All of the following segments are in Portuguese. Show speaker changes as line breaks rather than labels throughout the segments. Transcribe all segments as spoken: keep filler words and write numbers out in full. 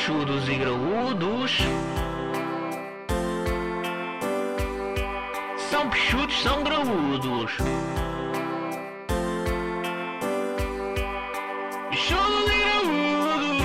peixudos e graúdos. São peixudos, são graúdos. Peixudos e graúdos.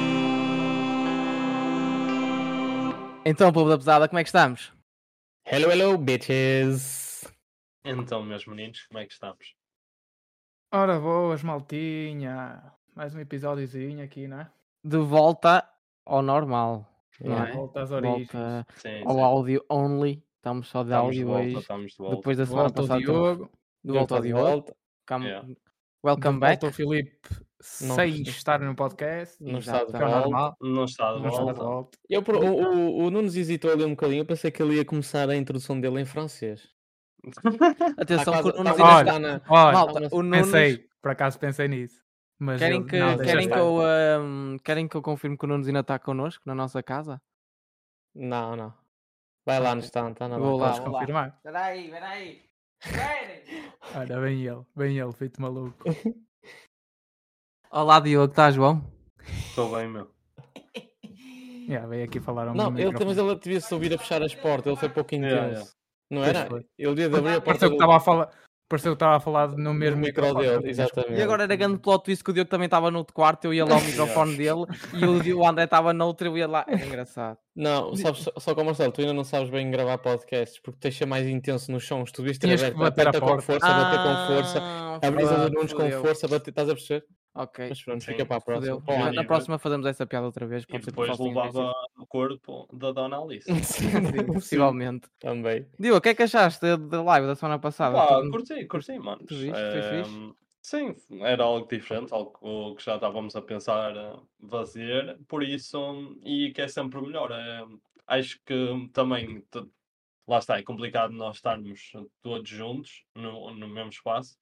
Então, povo da pesada, como é que estamos?
Hello, hello, bitches!
Então, meus meninos, como é que estamos?
Ora boas, maltinha. Mais um episódiozinho aqui, não é?
De volta ao normal. Não
Yeah.
é?
Volta às origens.
Volta
Sim,
ao
sim.
áudio only. Estamos só de
Estamos de
áudio
volta,
hoje.
estamos de volta.
Depois da
De
semana
volta ao
passada. estamos-
Diogo.
De volta ao
de
Diogo.
volta.
Come-
Yeah.
Welcome
de
back.
volta ao Filipe
Não
sem
percebi.
estar no podcast.
Não está de
Que é o
volta.
normal.
Não está de
Não está de
volta.
volta.
Eu, pro- o, o, o Nunes hesitou ali um bocadinho. Eu pensei que ele ia começar a introdução dele em francês.
Atenção
Tá
que o
quase-
Nunes
tá
ainda
quase
está...
na-
Olha,
Malta, o Nunes...
pensei. Por acaso pensei nisso. Mas
Querem
ele-
que,
não, deixa
querem, que
estar.
eu, ahm, querem que eu confirme que o Nunes ainda está connosco na nossa casa?
Não, não. Vai lá no stand, está na
Vou lá,
Podes
vou lá.
confirmar.
Espera aí, espera aí. Esperem.
Olha, vem ele. Vem ele, feito maluco.
Olá, Diogo, estás bom?
Estou bem, meu.
Yeah, veio aqui falar ao
Não,
meu
ele, mas
microfone.
ele devia se ouvir a fechar as portas. Ele foi pouco intenso.
Yeah, yeah.
Não
Pois
era?
foi.
Ele devia de abrir a porta
Pareceu que
do
estava a falar. Pareceu que estava a falar no
no
mesmo
micro
microfone.
dele. Exatamente.
E agora era grande plot twist que o Diogo também estava no outro quarto, eu ia lá ao microfone dele e o, Di- o André estava noutro, eu ia lá. Era engraçado.
Não, sabes, só, só que, ó, Marcelo, tu ainda não sabes bem gravar podcasts porque tens de ser mais intenso nos sons. Tu devias ter
Tinhas que
aberto,
bater a
aperta com
porta.
força, bater com força.
Ah,
A brisa
fodeu,
do Nunes com
fodeu.
força, bater, estás a perceber?
Ok,
Mas pronto,
Sim,
fica para a próxima.
fodeu.
Para o
Na-
ano.
Na próxima fazemos essa piada outra vez.
E
Pode ser que
depois
façam
levava o corpo da Dona Alice.
Sim, possivelmente.
Também.
Diogo, o que é que achaste da- da live da semana passada?
Ah,
Tu-
curti, curti, mano.
tu viste? Foi
Ehm, Sim, era algo diferente, algo que já estávamos a pensar eh, fazer, por isso, e que é sempre melhor. eh, acho que também, te- lá está, é complicado nós estarmos todos juntos no, no mesmo espaço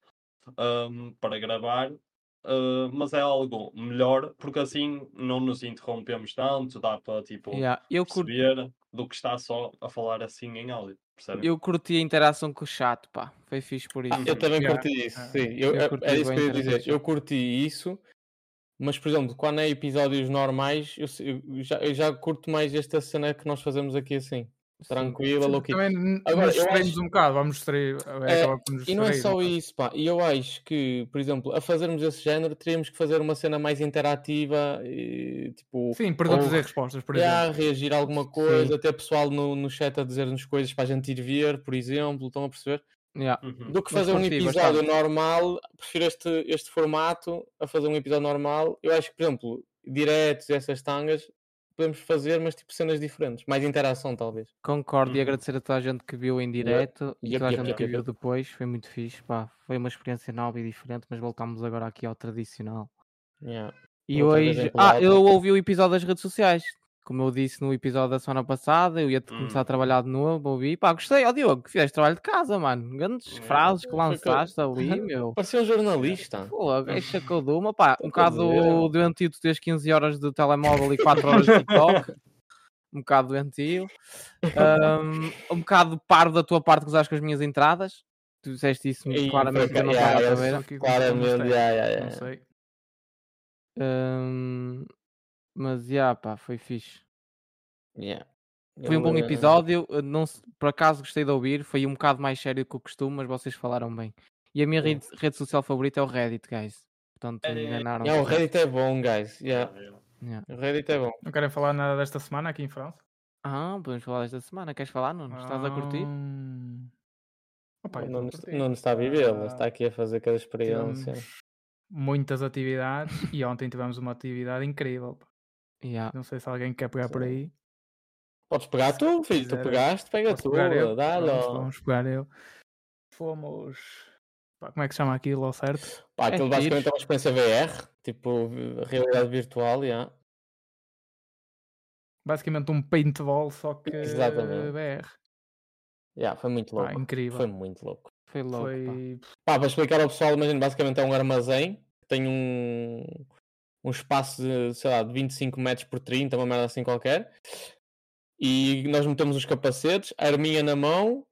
ehm, para gravar, eh, mas é algo melhor, porque assim não nos interrompemos tanto, dá para tipo,
Yeah, eu, cur-
perceber do que está só a falar assim em áudio, percebe?
eu curti a interação com o chat, pá. Foi fixe por isso.
Ah, eu também
Yeah.
curti isso,
Ah,
sim. Eu,
eu
é-
curti
era isso
bem
que eu ia
a interação
dizer.
com o
Eu curti isso, mas, por exemplo, quando é episódios normais, eu, se- eu já, eu já curto mais esta cena que nós fazemos aqui assim. Tranquila, low key.
Também n-
Agora,
nos
eu
distraímos
acho-
um bocado. Vamos distrair. Vai
É,
acabar por nos
E não é
distrair,
só
mas-
isso, pá. E eu acho que, por exemplo, a fazermos esse género, teríamos que fazer uma cena mais interativa, e, tipo,
Sim, perguntas
ou-
e respostas, por
já,
exemplo.
reagir a alguma coisa, até pessoal no, no chat a dizer-nos coisas para a gente ir ver, por exemplo, estão a perceber?
Yeah.
Uhum.
Do que
Mas
fazer um
curti
episódio
bastante.
normal, prefiro este, este formato a fazer um episódio normal. Eu acho que, por exemplo, diretos e essas tangas, podemos fazer, mas tipo cenas diferentes, mais interação talvez.
Concordo e
Uhum.
agradecer a toda a gente que viu em direto e
Yep,
toda a
yep,
gente
yep,
que
yep,
viu
yep.
depois. Foi muito fixe, pá. Foi uma experiência nova e diferente, mas voltámos agora aqui ao tradicional.
Yeah.
E
Outra vez
hoje.
em
Ah,
pelota.
eu ouvi o episódio das redes sociais. Como eu disse no episódio da semana passada, eu ia começar a
Hum.
trabalhar de novo, ouvi. Pá, gostei, ó Diogo, que fizeste trabalho de casa, mano. Grandes
Yeah.
frases que
Foi que eu-
lançaste ali, meu.
Parecia um jornalista.
Pô, aí sacou de uma, pá, um
Estou a
bocado
dizer.
doentio tu teres quinze horas de telemóvel e quatro horas de TikTok. Um bocado doentio. Um, um bocado parvo da tua parte que usaste com as minhas entradas. Tu disseste isso muito
E
claramente,
foi-
eu não
yeah,
estava a
yeah,
saber.
Só que
Claramente,
não sei.
yeah, yeah, yeah.
Não sei.
Um, mas, já, pá, foi fixe.
Yeah.
Foi um bom
Ele, eh,
episódio. uh, Não, se- por acaso gostei de ouvir. Foi um bocado mais sério que o costume, mas vocês falaram bem. E a minha
Sim.
rede, rede social favorita é o Reddit, guys. Portanto,
É,
enganaram.
Yeah, o Reddit é bom, guys. Yeah.
Yeah.
O Reddit é bom.
Não querem falar nada desta semana aqui em França?
Ah, podemos falar desta semana. Queres falar, Nuno? Estás a curtir?
Hum. Opa, eu
não,
estou a curtir.
não está a viver,
Ah,
está aqui a fazer cada experiência.
Tivemos muitas atividades e ontem tivemos uma atividade incrível. pá.
Yeah.
Não sei se alguém quer pegar por aí.
Podes pegar tu, filho. Tu
quiser,
pegaste, pega
Posso
tu.
pegar eu?
Dá-lhe.
Vamos,
ó.
vamos pegar eu. Fomos. pá, como é que se chama aquilo ao certo?
Pá, aquilo
É
basicamente
fixe.
é uma experiência V R, tipo vi- realidade virtual, yeah.
Basicamente um paintball, só que
Exatamente.
B R.
Yeah, foi muito
Pá,
louco.
incrível.
Foi muito louco.
Foi louco, pá.
Foi.
Pá, para explicar ao pessoal, imagina, basicamente é um armazém que tem um, um espaço de, sei lá, de vinte e cinco metros por trinta, uma merda assim qualquer. E nós metemos os capacetes, a arminha na mão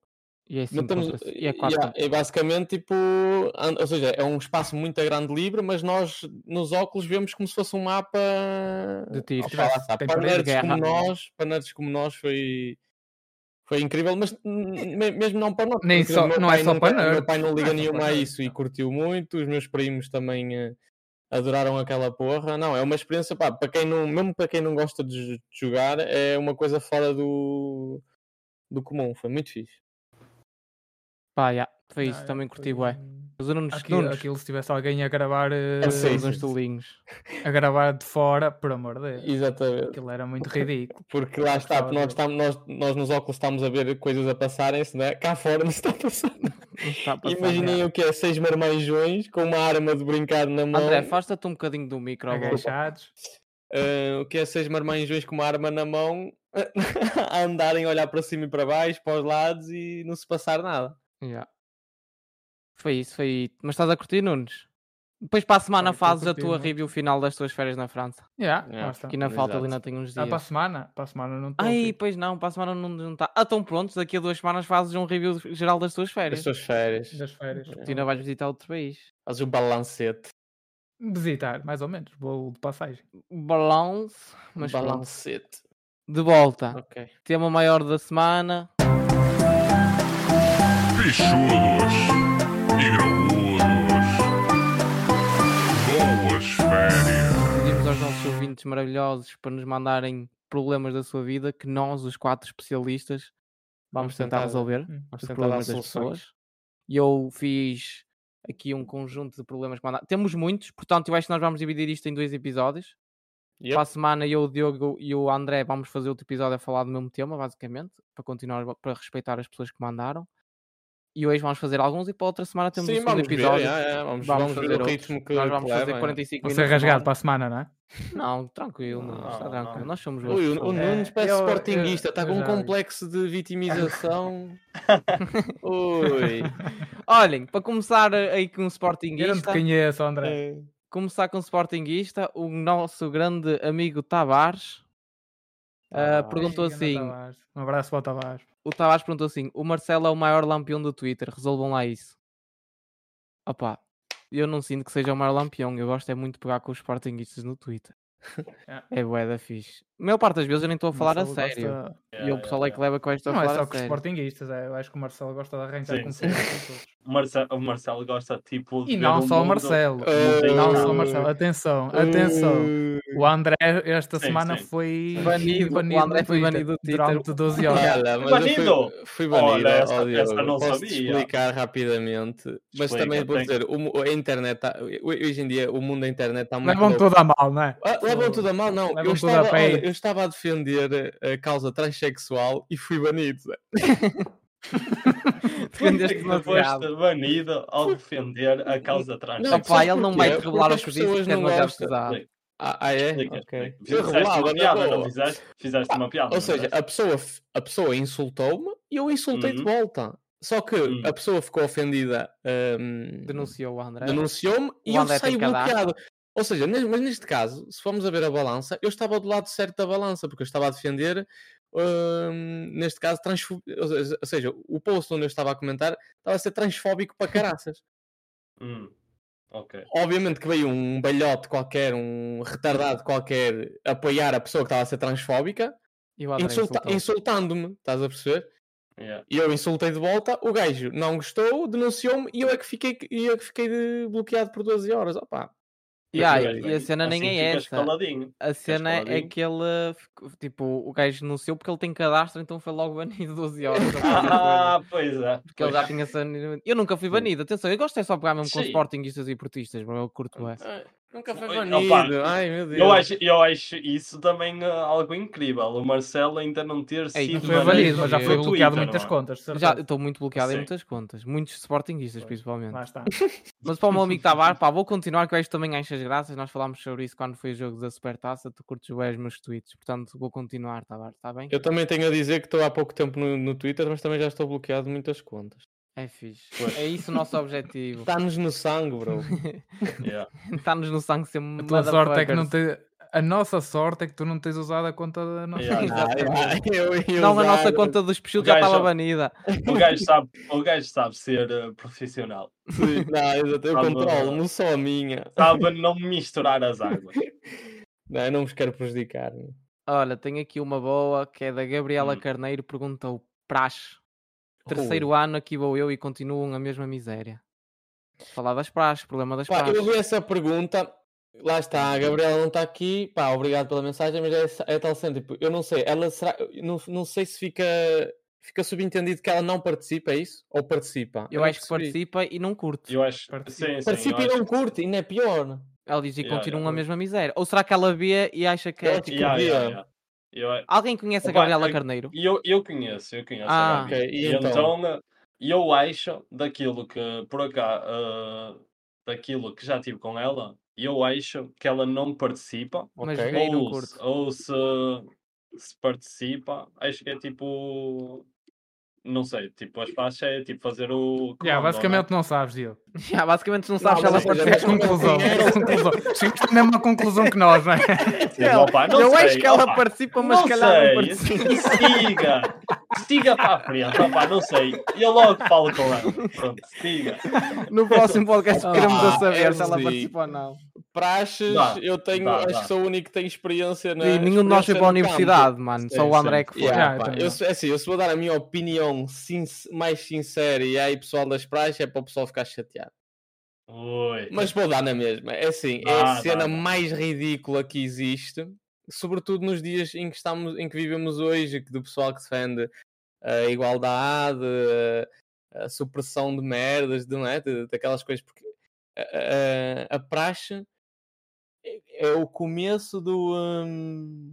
E é
Mas
cinco
estamos-
contra- e é quatro
yeah,
contra-
é basicamente tipo, an- ou seja, é um espaço muito grande livre, mas nós nos óculos vemos como se fosse um mapa
De tiro.
Opa, lá está.
Tem
Para
parede,
nerds como
guerra.
nós, para nerds como nós foi foi incrível, mas hum, me- mesmo não para nós.
Nem
porque,
só-
o meu
não é
pai
só
nunca-
para
O meu
nerds.
pai não
Não é
liga
só
nenhuma
para
a
nerds,
isso e
não.
curtiu muito, os meus primos também eh, adoraram aquela porra. Não, é uma experiência, pá, para quem não, mesmo para quem não gosta de, de jogar, é uma coisa fora do, do comum, foi muito fixe.
Pá, yeah, foi
Não,
isso,
é,
também
foi-
curti bué. Mas o Nunes,
Aquilo,
Nunes,
aquilo se tivesse alguém a gravar, eh,
Ah, sim,
uns
sim.
uns tolinhos.
a gravar de fora, por amor de Deus.
Exatamente.
Aquilo era muito ridículo.
Porque lá
Eu
está,
gostava
nós,
de-
estamos, nós, nós nos óculos estamos a ver coisas a passarem-se, né? Cá fora não está a passar.
Não está a passar
Imaginem
nada.
o que é, seis marmanjões com uma arma de brincar na mão.
André, afasta-te um bocadinho do micro. boa.
Agachados.
Ah, o que é seis marmanjões com uma arma na mão a andarem a olhar para cima e para baixo, para os lados e não se passar nada.
Yeah. Foi isso, foi. Mas estás a curtir, Nunes? Depois para a semana
Pá, eu estou a
fazes a
curtir
tua
muito.
review final das tuas férias na França.
Yeah,
Yeah,
lá está.
Que ainda falta,
Exato.
ali ainda tem uns
Ah, para a
dias.
semana? Para a semana não estou.
Ai,
filho.
pois não, para a semana não, não está. Ah, estão prontos, daqui a duas semanas fazes um review geral das tuas
As
férias.
suas férias.
Das férias.
Tu ainda vais visitar outro país.
Fazes o balancete.
Visitar, mais ou menos. Vou de passagem.
Balance, mas pronto.
Balancete.
De volta.
Ok.
Tema maior da semana.
Bichudos e graúdos. Boas férias.
Pedimos aos nossos ouvintes maravilhosos para nos mandarem problemas da sua vida que nós, os quatro especialistas, vamos,
Vamos
tentar,
tentar-
resolver.
Hum.
Vamos
Os
tentar dar
problemas das
soluções.
pessoas. E eu fiz aqui um conjunto de problemas que mandaram. Temos muitos, portanto, eu acho que nós vamos dividir isto em dois episódios.
Yep.
Para a semana, eu, o Diogo e o André vamos fazer outro episódio a falar do mesmo tema, basicamente, para continuar, para respeitar as pessoas que mandaram. E hoje vamos fazer alguns e para a outra semana temos
Sim,
o segundo
vamos ver,
episódio.
yeah, yeah, vamos,
Vamos
vamos ver
fazer
o
outros.
ritmo que,
Nós
que
vamos
leva,
fazer
yeah.
quarenta e cinco
Vou ser
minutos.
rasgado
nós-
para a semana, não é?
Não, tranquilo, não,
Não,
está
não,
tranquilo.
não.
Nós somos
Ui,
outros.
o, o
somos-
É,
Nunes parece
eu-
sportinguista,
eu-
está
eu
com um
já vi.
complexo de vitimização. Ui.
Olhem, para começar aí com um
Eu não te
Sportingista,
conheço, André.
É.
começar com um Sportingista, o nosso grande amigo Tavares ah,
Ah,
perguntou
Ai, ganda
assim:
Tavares. Um abraço para o Tavares.
o Tavares perguntou assim: o Marcelo é o maior lampião do Twitter, resolvam lá isso. Opa, eu não sinto que seja o maior lampião, eu gosto é muito de pegar com os Sportingistas no Twitter.
Yeah.
É bué da fixe. A maior parte das vezes eu nem estou a falar a
Marcelo
sério.
gosta-
E o pessoal é que leva com esta a
Não é
falar
só
a
com os
sério.
sportinguistas, é, eu acho que o Marcelo gosta de arranjar
Sim,
com
sim.
todos.
O Marcelo, o Marcelo gosta tipo de
E
ver
não
o
só o
mundo
Marcelo.
Uh,
Não só o
uh,
Marcelo. Atenção, atenção. O André esta
Sim,
semana
sim.
foi
Banido, o André
no
foi
Twitter
banido do Twitter.
durante doze horas.
Olha, mas
banido?
eu fui, fui banido,
Olha, essa-
ó, Diogo.
essa não
Posso
sabia.
explicar rapidamente, mas
Explica,
também vou
tem-
dizer, o mu- a internet, tá- hoje em dia, o mundo da internet está muito
Levam
louco.
tudo a mal, não é?
Ah, levam tudo a mal, não.
Levam
Eu
tudo a
estava,
pé.
olha, eu estava a defender a causa transexual e fui banido.
Defendeste
que
demasiado.
foste banido ao defender a causa trans.
Não,
Opa,
sabes
ele não
porquê?
vai te revelar
Porque
o
as
que disse,
pessoas
porque é
não
demasiado
gostam.
pesado.
Ah, ah, é?
Explica,
Ok.
explica.
Eu
Fizeste
revelava,
uma
na
piada,
boa.
não fizeste? Fizeste uma piada.
Ou
não
seja,
fizeste?
a pessoa, a pessoa insultou-me e eu insultei de
Uhum.
volta. Só que
Uhum.
a pessoa ficou ofendida, hum,
Denunciou o André.
denunciou-me e
O
eu
André tem
saí
cadastro.
bloqueado. Ou seja, nes- mas neste caso, se formos a ver a balança, eu estava do lado certo da balança, porque eu estava a defender, hum, neste caso, transfo... ou seja- ou seja, o post onde eu estava a comentar estava a ser transfóbico para caraças.
Hum, ok.
Obviamente que veio um balhote qualquer, um retardado qualquer, apoiar a pessoa que estava a ser transfóbica,
E o André
insulta-
insultou.
insultando-me, estás a perceber?
Yeah.
E eu insultei de volta, o gajo não gostou, denunciou-me e eu é que fiquei, e eu é que fiquei de- bloqueado por doze horas. Opa.
E, ah,
Mas,
e a cena nem
assim
é
ficas
essa.
caladinho.
A cena é
caladinho.
que ele, ficou- tipo, o gajo denunciou porque ele tem cadastro, então foi logo banido doze horas.
Ah, pois é.
Porque ele
pois.
já tinha sangue. Eu nunca fui banido, atenção, eu gosto é só pegar mesmo com
Sim.
sportinguistas e portistas, mas eu curto é.
Ai, nunca foi
Oi,
banido.
opa,
Ai, meu Deus.
Eu acho, eu acho isso também uh, algo incrível. O Marcelo ainda não ter
Ei,
sido
não
Foi
Mas
banido, mas já
no
foi
Twitter,
bloqueado
não é?
muitas contas. de
Já
certeza.
estou muito bloqueado em
Sim.
muitas contas, muitos sportinguistas
Pois.
principalmente.
Lá está.
Mas para o meu amigo Tavares, pá, vou continuar que eu acho que também achas graças. Nós falámos sobre isso quando foi o jogo da Supertaça. Tu curtes bem os meus tweets, portanto vou continuar, Tavares, está bem?
Eu também tenho a dizer que estou há pouco tempo no, no Twitter, mas também já estou bloqueado de muitas contas.
É fixe.
Pois.
É isso o nosso objetivo.
Está-nos no sangue, bro.
Yeah.
Está-nos no sangue ser
A tua sorte é que não
motherfuckers.
te... A nossa sorte é que tu não tens usado a conta da nossa.
Yeah.
Ah,
Exatamente.
eu ia
Não, a
usar-
nossa conta dos Peixotos
O
já
gajo-
estava banida.
O gajo sabe, o gajo sabe ser eh, profissional.
Sim, não, exato, eu
Sabe-
controlo, não só a minha.
Sabe não misturar as águas.
Não, eu não vos quero prejudicar. né?
Olha, tenho aqui uma boa que é da Gabriela
Hum.
Carneiro. Perguntou: praxe. Terceiro ano, aqui vou eu e continuam a mesma miséria. Falar das praxes, problema das
Pá,
praxes.
eu vi essa pergunta, lá está, a Gabriela não está aqui, pá, obrigado pela mensagem, mas é, é tal cena, tipo, eu não sei, ela será, não, não sei se fica, fica subentendido que ela não participa, é isso? Ou participa?
Eu
não
acho que
percebi.
participa e não curte.
Eu acho
Participa.
sim, sim,
Participa
eu
e
acho
não
que-
curte, ainda é pior.
Ela diz e
Yeah,
continuam
yeah.
a mesma miséria. Ou será que ela vê e acha que
Eu
é
acho que
tipo...
Yeah,
vê.
yeah, yeah. Eu,
Alguém conhece a
Opa,
Gabriela
eu-
Carneiro?
eu, eu conheço, eu conheço
Ah,
a Gabi.
ok, e
E
então?
então, eh, eu acho daquilo que por acaso daquilo que já tive com ela, eu acho que ela não participa.
Mas
Ok.
vê e não
Ou,
curte.
se- ou se, se participa, acho que é tipo. Não sei, tipo, as faixas é tipo fazer o.
Já,
comando,
basicamente não sabes, Diogo.
Já, basicamente não sabes
Não,
se ela
mas é-
participa.
Chegas conclusão. chegas conclusão. Chegas à mesma conclusão que nós, não é?
Sim, opa, não
eu
sei,
acho que ela
opa,
participa, mas
não
se calhar não
sei,
participa.
siga, siga para a frente, opa, não sei, eu logo falo com ela, pronto, siga.
No próximo podcast
Ah,
queremos a saber
é
se ela
sim.
participa ou não.
Praxes,
Dá,
eu tenho,
dá,
acho
dá.
que sou o único que tem experiência na
E nenhum de nós foi
experiência
para a
no campo.
universidade, mano.
Sim,
Só o André
sim.
que foi.
Yeah,
Yeah, eu
pá,
também
eu,
não.
sou- é assim, eu se vou dar a minha opinião sin- mais sincera e aí pessoal das praias é para o pessoal ficar chateado.
Ui.
Mas vou dar na mesma. É assim, é
Dá,
a cena
dá, dá.
mais ridícula que existe, sobretudo nos dias em que estamos, em que vivemos hoje, que do pessoal que defende a igualdade, a, a supressão de merdas, de, não é? de, daquelas coisas, porque a, a, a praxe é, é o começo do. hum,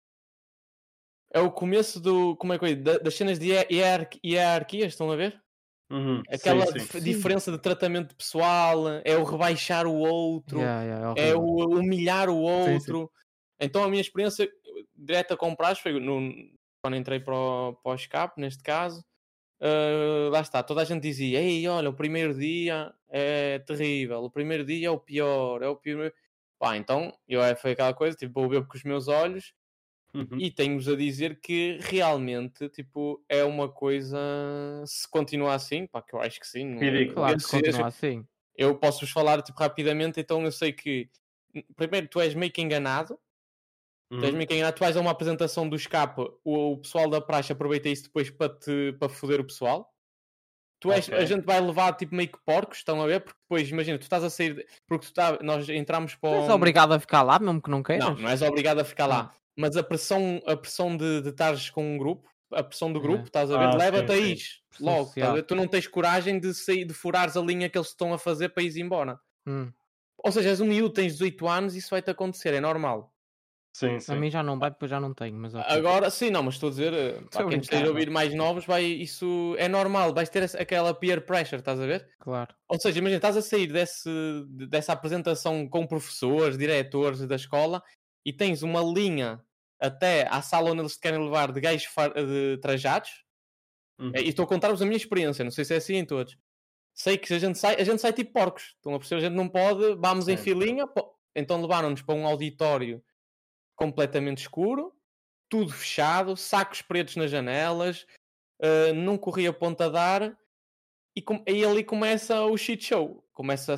é o começo do. Como é que é? Da- Das cenas de hier- hierarqui- hierarquias, estão a ver?
Uhum,
Aquela
sim, sim.
dif- diferença de tratamento pessoal, é o rebaixar o outro,
Yeah, yeah, é
é
horrível.
o humilhar o
Sim, sim.
outro. Então a minha experiência direta com praxe foi no, quando entrei para o, para o escape, neste caso. Uh, lá está, toda a gente dizia: ei, olha, o primeiro dia é terrível, o primeiro dia é o pior, é o pior. Pá, então eu, foi aquela coisa, tipo, vou ver com os meus olhos.
Uhum.
E tenho-vos a dizer que realmente tipo, é uma coisa, se continuar assim, pá, que eu acho que sim. não-
Ridículo.
Claro que
esse-
continua
esse-
assim.
eu posso-vos falar tipo, rapidamente, então eu sei que primeiro tu és meio que enganado, tu és
Uhum.
meio que enganado, tu vais a uma apresentação do escape, o, o pessoal da praxe aproveita isso depois para te para foder o pessoal. Tu és,
Ok.
a gente vai levar tipo meio que porcos, estão a ver? Porque depois, imagina, tu estás a sair, de- porque tu tá, nós entramos para
Não és
um-
obrigado a ficar lá, mesmo que não queiras.
não, não és obrigado a ficar lá.
Ah.
Mas a pressão, a pressão de, de estares com um grupo, a pressão do grupo,
É.
estás a ver?
Ah,
Leva-te a
sim, sim.
ir
Pressão
logo. estás a
social.
ver? Tu não tens coragem de sair, de furares a linha que eles estão a fazer para ir embora.
Hum.
Ou seja, és um miúdo, tens dezoito anos, isso vai-te acontecer, é normal.
Sim,
A
sim.
mim já não vai, porque eu já não tenho. Mas ok.
Agora, sim, não, mas estou a dizer, eh,
Estou
para
a
quem
brincar,
esteja a ouvir
não.
mais novos, vai, isso é normal, vais ter essa- aquela peer pressure, estás a ver?
Claro.
Ou seja, imagina, estás a sair desse, dessa apresentação com professores, diretores da escola e tens uma linha até à sala onde eles te querem levar de gajos far- de trajados.
Uhum.
E estou a contar-vos a minha experiência, não sei se é assim em todos. Sei que se a gente sai, a gente sai tipo porcos. Estão a perceber? A gente não pode, vamos em
Sim.
filinha. pô- Então levaram-nos para um auditório completamente escuro, tudo fechado, sacos pretos nas janelas, uh, não corria ponta a dar. E, com, e ali começa o shit show. Começa a,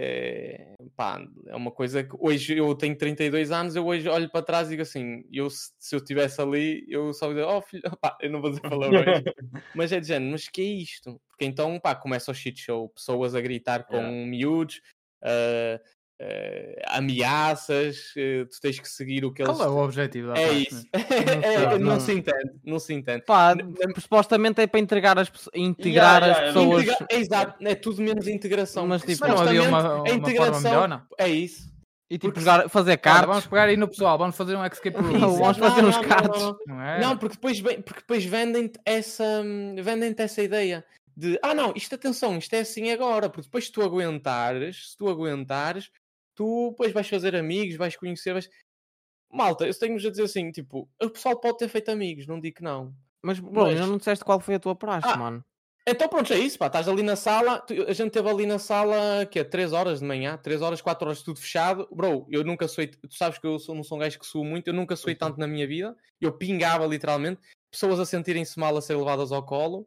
é, pá, é uma coisa que hoje eu tenho trinta e dois anos, eu hoje olho para trás e digo assim, eu, se, se eu estivesse ali, eu só dizer, oh filho, pá, eu não vou dizer palavrões, mas é de género, mas que é isto? Porque então, pá, começa o shit show, pessoas a gritar com
Yeah.
miúdos, uh, uh, ameaças, uh, tu tens que seguir o que eles...
Qual é o objetivo da
É
praxe,
isso.
mesmo?
É,
sei,
não
não.
se entende, não se entende.
Pá,
N- n-
supostamente é para integrar as, pesso- integrar
Yeah,
as
yeah,
pessoas.
Integra- é exato, é tudo menos integração.
Mas,
porque
tipo,
Mas não havia uma,
supostamente
uma
a
forma
integração
melhor, não?
é isso.
E tipo,
porque
jogar- fazer
Olha,
cartas.
vamos pegar aí no pessoal, vamos fazer um escape room.
Não, vamos
Exato.
fazer
Não,
uns
não, não,
cards.
não,
Não é?
Não, porque depois, vem- porque depois vendem-te essa, hum, vendem-te essa ideia de ah não, isto atenção, isto é assim agora, porque depois se tu aguentares, se tu aguentares, tu depois vais fazer amigos, vais conhecer, vais... Malta, eu tenho-vos a dizer assim, tipo, o pessoal pode ter feito amigos, não digo que não.
Mas, bro,
Mas-
ainda não disseste qual foi a tua praxe,
Ah,
mano.
Então pronto, é isso, pá, estás ali na sala, tu- a gente teve ali na sala, que é três horas de manhã, três horas, quatro horas, tudo fechado. Bro, eu nunca suei, tu sabes que eu sou, não sou um gajo que suo muito, eu nunca suei tanto na minha vida. Eu pingava literalmente, pessoas a sentirem-se mal a ser levadas ao colo.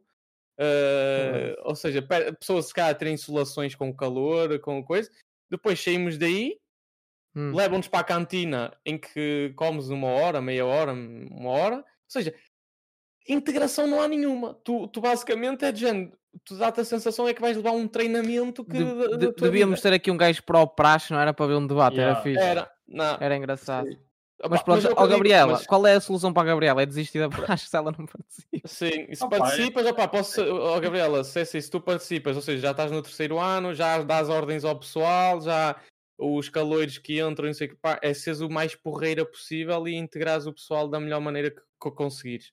Uh, ou seja, pe- pessoas se calhar a terem insolações com o calor, com coisa. Depois saímos daí,
Hum.
levam-nos para a cantina em que comes uma hora, meia hora, uma hora. Ou seja, integração não há nenhuma. Tu, tu basicamente é de género. Tu dá-te a sensação é que vais levar um treinamento que
De-
da- da
de-
tua
devíamos
vida.
ter aqui um gajo para o praxe, não era para ver um debate, era
Yeah.
fixe.
Era, não.
Era engraçado.
Sim.
Mas
Opa,
pronto,
é o que
ó
eu digo,
Gabriela,
mas-
qual é a solução para a Gabriela? É desistir da praxe se ela não participa.
Sim, e se
Opa, é-
participas, opá, posso, oh, Gabriela, se, é assim, se tu participas, ou seja, já estás no terceiro ano, já dás ordens ao pessoal, já os caloiros que entram, não sei o que, pá, é seres o mais porreira possível e integrares o pessoal da melhor maneira que, que conseguires.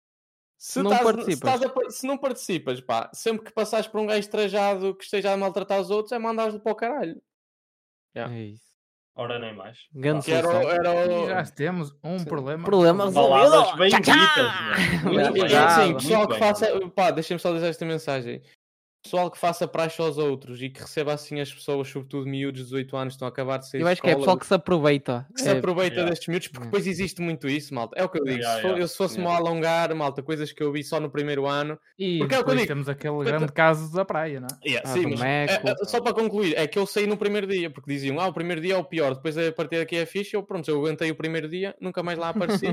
Se,
Não
estás- se
participas.
estás a par- se não participas, pá, sempre que passares por um gajo trajado que esteja a maltratar os outros, é mandares-lo para o caralho. Yeah.
É isso.
Ora, nem mais.
Grande
Que era, o-
solução.
era
E
o...
já temos um problema.
Problema
resolvido.
resolvido.
Palavras bem
Tchá, tchá!
ditas, meu.
Muito
E,
Muito
e,
bem.
e assim,
obrigado.
pessoal
Muito
que
bem.
faça. Pá, deixem-me só dizer esta mensagem. Pessoal que faça praxe aos outros e que receba assim as pessoas, sobretudo miúdos de dezoito anos, que estão a acabar de sair
Eu
de
acho que é
escola,
pessoal que se aproveita.
que se
É,
aproveita
Yeah.
destes miúdos, porque
Yeah.
depois existe muito isso, malta. É o que eu digo.
Yeah,
se, for-
yeah.
eu, se fosse-me
Yeah.
a alongar, malta, coisas que eu vi só no primeiro ano.
E
Porque é o que eu
depois
digo.
temos aquele
Tenta-
grande caso da praia, não é?
Ah,
Sim,
do
mas
Meco.
é- é- só para concluir, é que eu saí no primeiro dia, porque diziam, ah, o primeiro dia é o pior, depois a partir daqui é fixe. Eu, pronto, eu aguentei o primeiro dia, nunca mais lá apareci.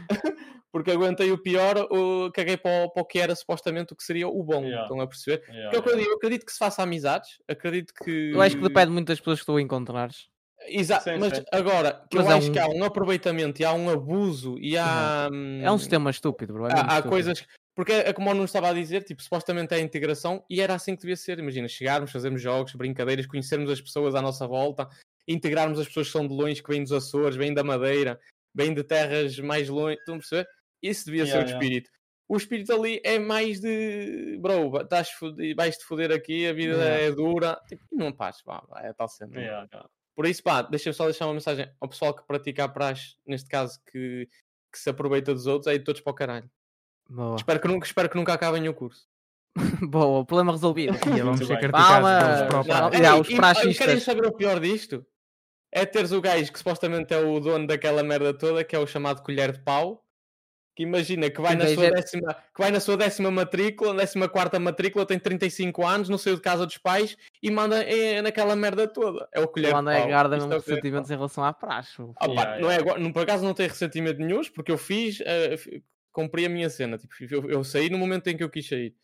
Porque aguentei o pior, o, caguei para o, para o que era supostamente o que seria o bom.
Yeah.
Estão a perceber?
Yeah,
Que é o que eu
yeah.
digo, eu acredito que se faça amizades, acredito que.
Eu acho que depende muito das pessoas que tu encontrares.
Exato,
Sim,
mas
sim.
agora, que
Mas
eu
é
acho
um-
que há um aproveitamento e há um abuso e há.
É um
hum,
sistema estúpido, bro. É mesmo
Há, há
estúpido.
coisas. Porque é como o Nuno estava a dizer, tipo, supostamente é a integração e era assim que devia ser. Imagina, chegarmos, fazermos jogos, brincadeiras, conhecermos as pessoas à nossa volta, integrarmos as pessoas que são de longe, que vêm dos Açores, vêm da Madeira, vêm de terras mais longe. Estão a perceber? Isso devia
Yeah,
ser o
yeah.
espírito. O espírito ali é mais de bro, estás fode- vais-te foder aqui, a vida
Yeah.
é dura. Tipo, não pá, pá, é tal cena.
Yeah, yeah.
Por isso, pá, deixa-me só deixar uma mensagem ao pessoal que pratica a praxe, neste caso, que, que se aproveita dos outros, é de todos para o caralho.
Boa.
Espero que nunca, espero que nunca acabem o curso.
Boa, o problema resolvido.
E vamos
Muito
ser
bem.
criticados.
Palmas.
Vamos para o
Já-
praia.
já,
Ei,
os
e-
praxistas.
Querem saber o pior disto? É teres o gajo que supostamente é o dono daquela merda toda, que é o chamado colher de pau, que imagina que vai,
O
na
gajo
sua,
é-
décima, que vai na sua décima matrícula, décima quarta matrícula, tem trinta e cinco anos, não saiu de casa dos pais e manda é, naquela merda toda. É o colher
Eu
de
ando a
pau.
guarda
Isto
mesmo
é o colher de
ressentimentos
pau.
em relação à praxe.
Ah, pá,
Yeah,
não é,
yeah.
agora- não, por acaso não tenho ressentimento nenhum, porque eu fiz, eh, fi- cumpri a minha cena. Tipo, eu, eu saí no momento em que eu quis sair.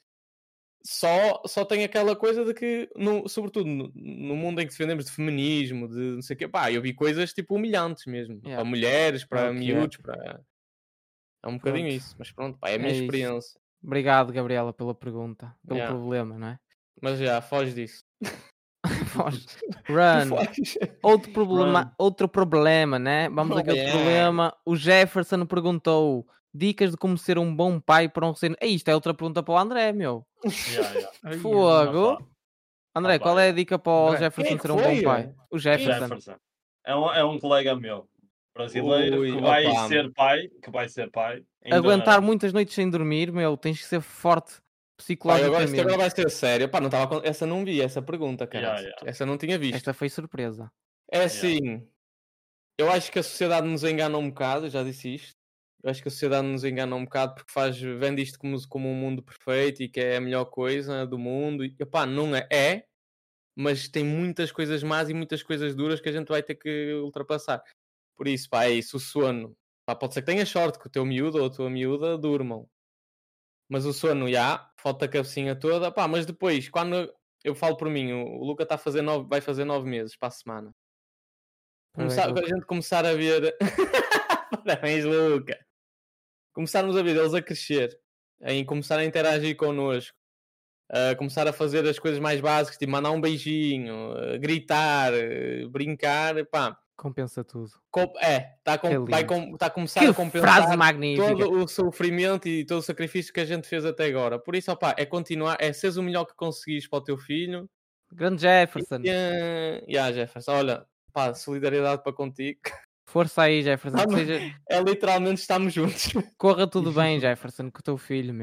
Só, só tem aquela coisa de que, no, sobretudo no, no mundo em que defendemos de feminismo, de não sei o quê, pá, eu vi coisas tipo humilhantes mesmo.
Yeah.
Para mulheres, para
É o que é.
miúdos, para. É um bocadinho
Pronto.
isso, mas pronto, pá, é a minha
É isso.
experiência.
Obrigado, Gabriela, pela pergunta. Pelo
Yeah.
problema, não é?
Mas já, foge disso.
Foge. Run.
Foge.
Outro problema,
Run.
outro problema, né? Vamos aqui a outro
Yeah.
problema. O Jefferson perguntou dicas de como ser um bom pai para um recém... É isto, é outra pergunta para o André, meu.
Yeah, yeah.
Ai,
Fogo.
Opa.
André,
Opa,
qual é a
yeah.
dica para o
André,
Jefferson
quem é que
ser um bom
foi?
pai? O Jefferson.
Jefferson. É um, é um colega meu, brasileiro,
Ui,
que vai
opa.
ser pai, que vai ser pai. Ainda-
Aguentar muitas noites sem dormir, meu, tens que ser forte
Pá, agora,
psicologicamente.
isto agora vai ser sério. Pá, não tava com... Essa não vi, essa pergunta, cara.
Yeah, yeah.
Essa não tinha visto.
Esta foi surpresa.
É assim, eu acho que a sociedade nos engana um bocado, eu já disse isto. Eu acho que a sociedade nos engana um bocado porque faz, vende isto como, como um mundo perfeito e que é a melhor coisa do mundo. E, epá, não é, é, mas tem muitas coisas más e muitas coisas duras que a gente vai ter que ultrapassar. Por isso, pá, é isso, o sono. Pá, pode ser que tenhas sorte que o teu miúdo ou a tua miúda durmam. Mas o sono, já, falta a cabecinha toda. Pá, mas depois, quando eu falo por mim, o, o Luca tá a fazer nove, vai fazer nove meses para a semana. Começar,
Parabéns,
a gente começar a ver. Parabéns, Luca. Começarmos a ver eles a crescer, em começar a interagir connosco, a começar a fazer as coisas mais básicas, tipo mandar um beijinho, a gritar, a brincar, pá.
Compensa tudo.
Com- É, está a, com-
Que
vai
lindo.
com- tá a começar
Que
a compensar
frase magnífica.
todo o sofrimento e todo o sacrifício que a gente fez até agora. Por isso, opá, é continuar, é seres o melhor que conseguires para o teu filho.
Grande Jefferson.
E, uh, yeah, Jefferson, olha, pá, solidariedade para contigo.
Força aí, Jefferson.
Ah,
que
mas-
seja-
É literalmente estamos juntos.
Corra tudo bem, Jefferson, com o teu filho, meu.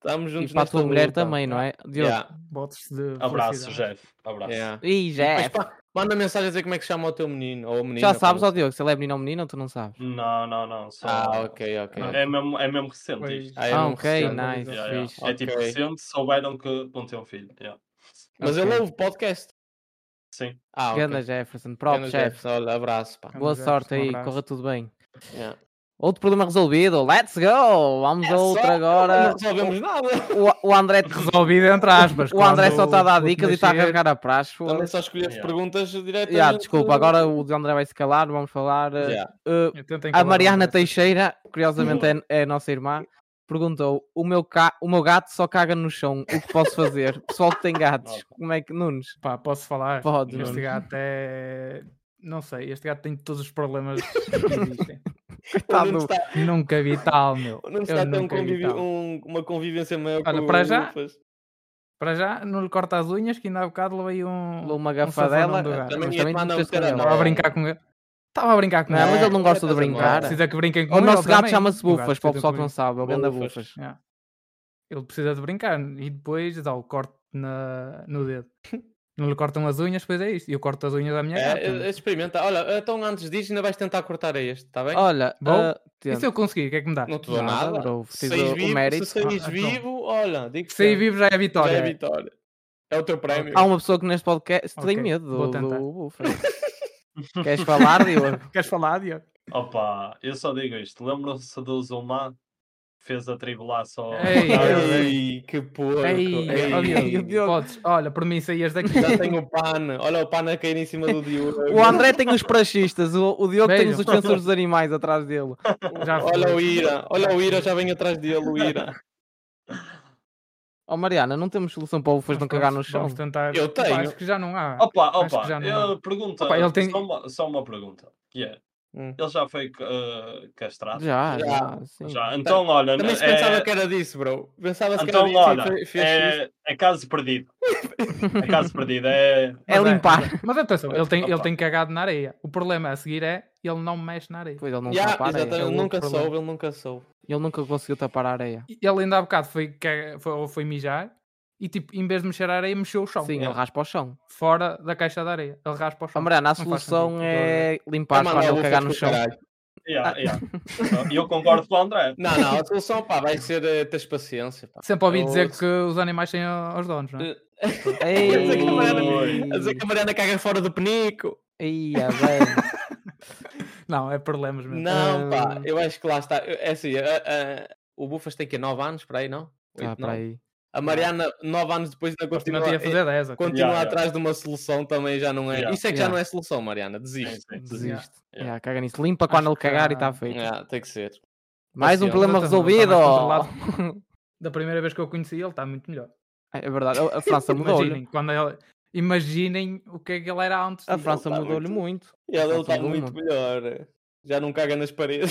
Estamos juntos
E para a
nesta
tua mulher
luta.
também, não é? Diogo.
Yeah.
Botes de
Abraço,
felicidade.
Jeff. Abraço.
Yeah.
Ih,
Mas,
Jeff.
pá, manda mensagem a dizer como é que se chama o teu menino ou a menina.
Já
pá,
sabes,
não
ó
sei.
Diogo, se ele é menino ou menina ou tu não sabes?
Não, não, não. Só...
Ah, ok, ok.
Ah,
É mesmo, é mesmo recente
Foi-
isto.
Ah, é
Ah,
mesmo
ok,
recente.
nice,
Yeah, yeah.
fixe.
É tipo
Ok.
recente, souberam que vão ter um filho. Yeah.
Mas
Ok.
ele ouve podcast.
Sim.
Ah, ok.
Ganda Jefferson, próprio
Ganda
chefe.
Jefferson, olha, abraço, pá.
Ganda
Boa
Jefferson,
sorte
um
aí,
abraço.
corra tudo bem.
Yeah.
Outro problema resolvido, let's go! Vamos a
É
outro
só, Não
agora.
resolvemos nada.
O, o André,
Resolvido entre aspas.
o André só
quando
está a dar
o
dicas e está a
nascer-
carregar a praxe.
Também
foda-se.
só escolheste
Yeah.
perguntas diretamente.
Já, desculpa, agora o André vai se calar, vamos falar. uh,
Yeah.
uh,
Eu tento
a
encalar
Mariana
André.
Teixeira, curiosamente é, é a nossa irmã, perguntou: o meu, ca... o meu gato só caga no chão, o que posso fazer? Pessoal que tem gatos, como é que. Nunes?
Pá, posso falar?
Pode,
Este
Nunes.
gato é... Não sei, este gato tem todos os problemas que existem.
O Nuno está,
Nunca vi tal, meu.
o Nuno
Eu
está a ter um
nunca vi
convivi-
tal.
um- uma convivência maior
Olha,
com
para
o
já-
Lufas.
Para já, não lhe corta as unhas, que ainda há bocado levei um.
Levou uma
um
gafadela,
safanão do gato.
Também
mas
ia
também
tomar
não
na
com ele.
boca da
Estava a brincar com ele. Estava a brincar com
Não,
ele.
mas ele não gosta de
estás a
brincar.
mal.
Precisa que brinquem com
O
ele
nosso gato
também.
chama-se
O gato
Bufas, para o
precisa
pessoal que não
de
sabe, é o ganda
Bufas.
Bufas.
Yeah. Ele precisa de brincar e depois dá o corte na... no dedo. Não lhe cortam as unhas, depois é isto. E eu corto as unhas da minha
É,
gata.
é,
mas-
experimenta. Olha, então antes disso ainda vais tentar cortar a este, está bem?
Olha,
Bom,
uh,
E
tenta.
se eu conseguir, o que é que me dá?
Não te dou
Nada,
nada.
bro.
Se
Tens
saís
o- o
vivo,
mérito.
se saís
Ah, então.
vivo, olha, digo
Se aí vivo já é vitória.
já é vitória. É o teu prémio.
Há uma pessoa que neste podcast
Ok,
tem medo
vou
do,
tentar.
do Bufas. Queres falar, Diogo?
Queres falar, Diogo?
Opa, eu só digo isto. Lembram-se do Zuma? Fez a tribulação.
Ei,
Ei, que porco.
Ei,
Ei,
ó, Diogo,
Ei, o Diogo.
podes, olha, por mim saías daqui.
Já tenho o pano. Olha o pano a cair em cima do Diogo.
O André tem os praxistas, o, o Diogo tem os
Vejam.
defensores dos animais atrás dele.
Já
Olha o
foi.
Ira. Olha o Ira, já vem atrás dele, o Ira.
Oh Mariana, não temos solução para o Bufas
Mas
não cagar no
vamos-
chão.
Vamos tentar.
Eu
Opa,
tenho.
acho que já não há.
Opa,
Acho que
opa,
já não
eu pergunto.
Opa, ele tem-
só, uma, só uma pergunta. Que é:
Hum.
ele já foi uh, castrado?
Já,
Já.
já, sim.
Já. Então, olha.
Também se
é-
pensava que era disso, bro. Pensava-se que
Então,
era disso
olha,
e fe- fez isso.
é, é caso perdido. É caso perdido. É.
É
Mas
limpar.
Mas, mas atenção, ele tem, ele
Opa.
tem cagado na areia. O problema a seguir é ele não mexe na areia.
Pois ele não
Ya,
tapa a areia.
exatamente,
É o
ele nunca
outro problema.
soube, ele nunca soube.
Ele nunca conseguiu tapar a areia.
E Ele ainda há bocado foi, caga- foi, foi mijar e tipo, em vez de mexer a areia, mexeu o chão.
Sim, ele raspa o chão.
Fora da caixa da areia. Ele raspa o
Oh,
chão.
Mariana, a
Não faz
solução
sentido.
é limpar
Vai
quando
mandar
ele
o
cagar
Bufas
no
pro
chão.
caralho.
Yeah, yeah. E eu concordo com o André.
Não, não, a solução pá, vai ser eh, teres paciência. Pá.
Sempre ouvi
Eu-
dizer que os animais têm os donos, não é?
Ei,
A dizer que a Mariana- a dizer que a Mariana caga fora do penico.
Ia, velho.
Não, é problemas mesmo.
Não, pá,
Hum.
eu acho que lá está. É assim, a- a- o Bufas tem que nove anos, para aí, não?
Tá,
Oito,
para
nove?
aí.
A Mariana, nove anos depois, ainda
Porque não
continua,
tinha a fazer dez. ok.
continua
Yeah, yeah.
atrás de uma solução, também já não é.
Yeah.
Isso é que
Yeah.
já não é solução, Mariana.
Sim,
Desiste.
sim.
Desiste.
Yeah.
Ya, caga nisso. Limpa quando
Acho
ele
que
cagar e
já-
está feito.
Yeah, tem que ser.
Mais um
Paciência.
problema
Mas, então, ele
resolvido.
está mais Da primeira vez que eu conheci ele, está muito melhor.
É verdade. A França mudou-lhe.
Imaginem, quando ele... Imaginem o que é que ele era antes.
A
disso.
França
tá
mudou-lhe
muito-
muito.
E ela
Tá
está
tudo
muito
bom.
melhor. Já não caga nas paredes.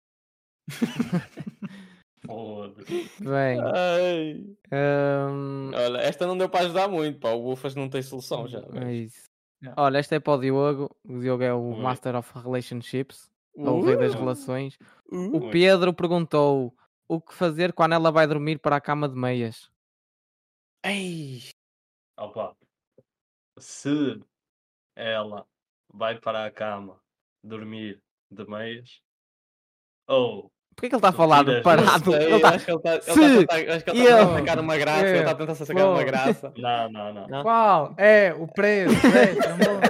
Foda-se.
Bem.
Ai.
hum,
Olha, esta não deu para ajudar muito, pá. O Bufas não tem solução já.
é isso.
Yeah.
Olha, esta é para o Diogo. O Diogo é o
Ui.
Master of Relationships. É o rei das
Uh,
relações.
uh.
O Pedro perguntou o que fazer quando ela vai dormir para a cama de meias.
Ei.
Opa. Se ela vai para a cama dormir de meias, ou
Porquê que ele está a falar de
Tiras-
parado?
Não sei,
Ele tá-
acho que ele está ele
Se
tá a tentar- acho que ele está a
eu-
tentar sacar uma graça. Ele está a tentar sacar
eu-
uma graça.
não, não, não.
Não?
Qual é o preço deste amor?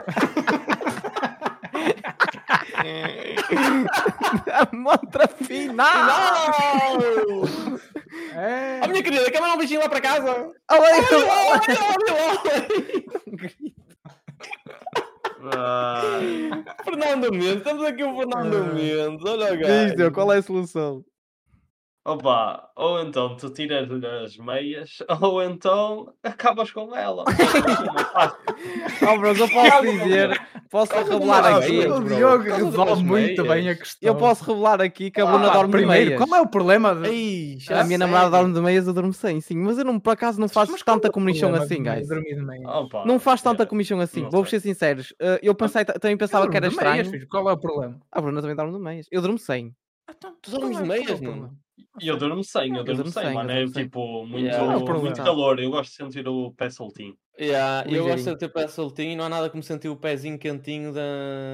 A montra final!
Não!
É.
Oh, minha querida, quer mandar um beijinho lá para casa?
Olha
Olha
aí,
lá, olha lá, olha lá.
Ai,
Fernando Mendes, temos aqui o Fernando
Ah.
Mendes. Olha o
Diz,
gajo.
Diogo, qual é a solução?
opa, ou então tu tiras-lhe as meias, ou então acabas com ela. Uma fácil.
Oh, bro, eu posso dizer, posso
Calma,
revelar
calma,
aqui.
calma.
O
bro.
Diogo
Por causa
resolve
das
muito
meias.
bem a questão.
Eu posso revelar aqui que a
Ah,
Bruna dorme de
primeiro,
meias.
qual é o problema? De...
Ei,
A minha
já
namorada
sei.
dorme de meias, eu durmo sem, sim. Mas eu não, por acaso, não faço
Mas qual é
tanta
o
comichão
problema
assim,
de
guys.
dormir de meias?
Opa,
Não faz tanta
é,
comichão assim,
não
vou
sei.
ser sinceros. Uh, eu pensei, também pensava
Eu
que era
durmo de meias,
estranho.
filho, qual é o problema?
A Bruna também dorme de meias. Eu durmo sem.
Então,
Tu dormes
qual é-
de
qual é o
meias,
problema?
mano?
E eu durmo sem, eu durmo
durmo
sem,
sem,
mano.
eu
É
durmo sem.
tipo muito,
Yeah.
Qual é o
muito
problema?
calor. Eu gosto de sentir o pé soltinho.
Yeah, eu gosto
Ligeirinho.
de ter o pé soltinho e não há nada como sentir o pezinho quentinho da,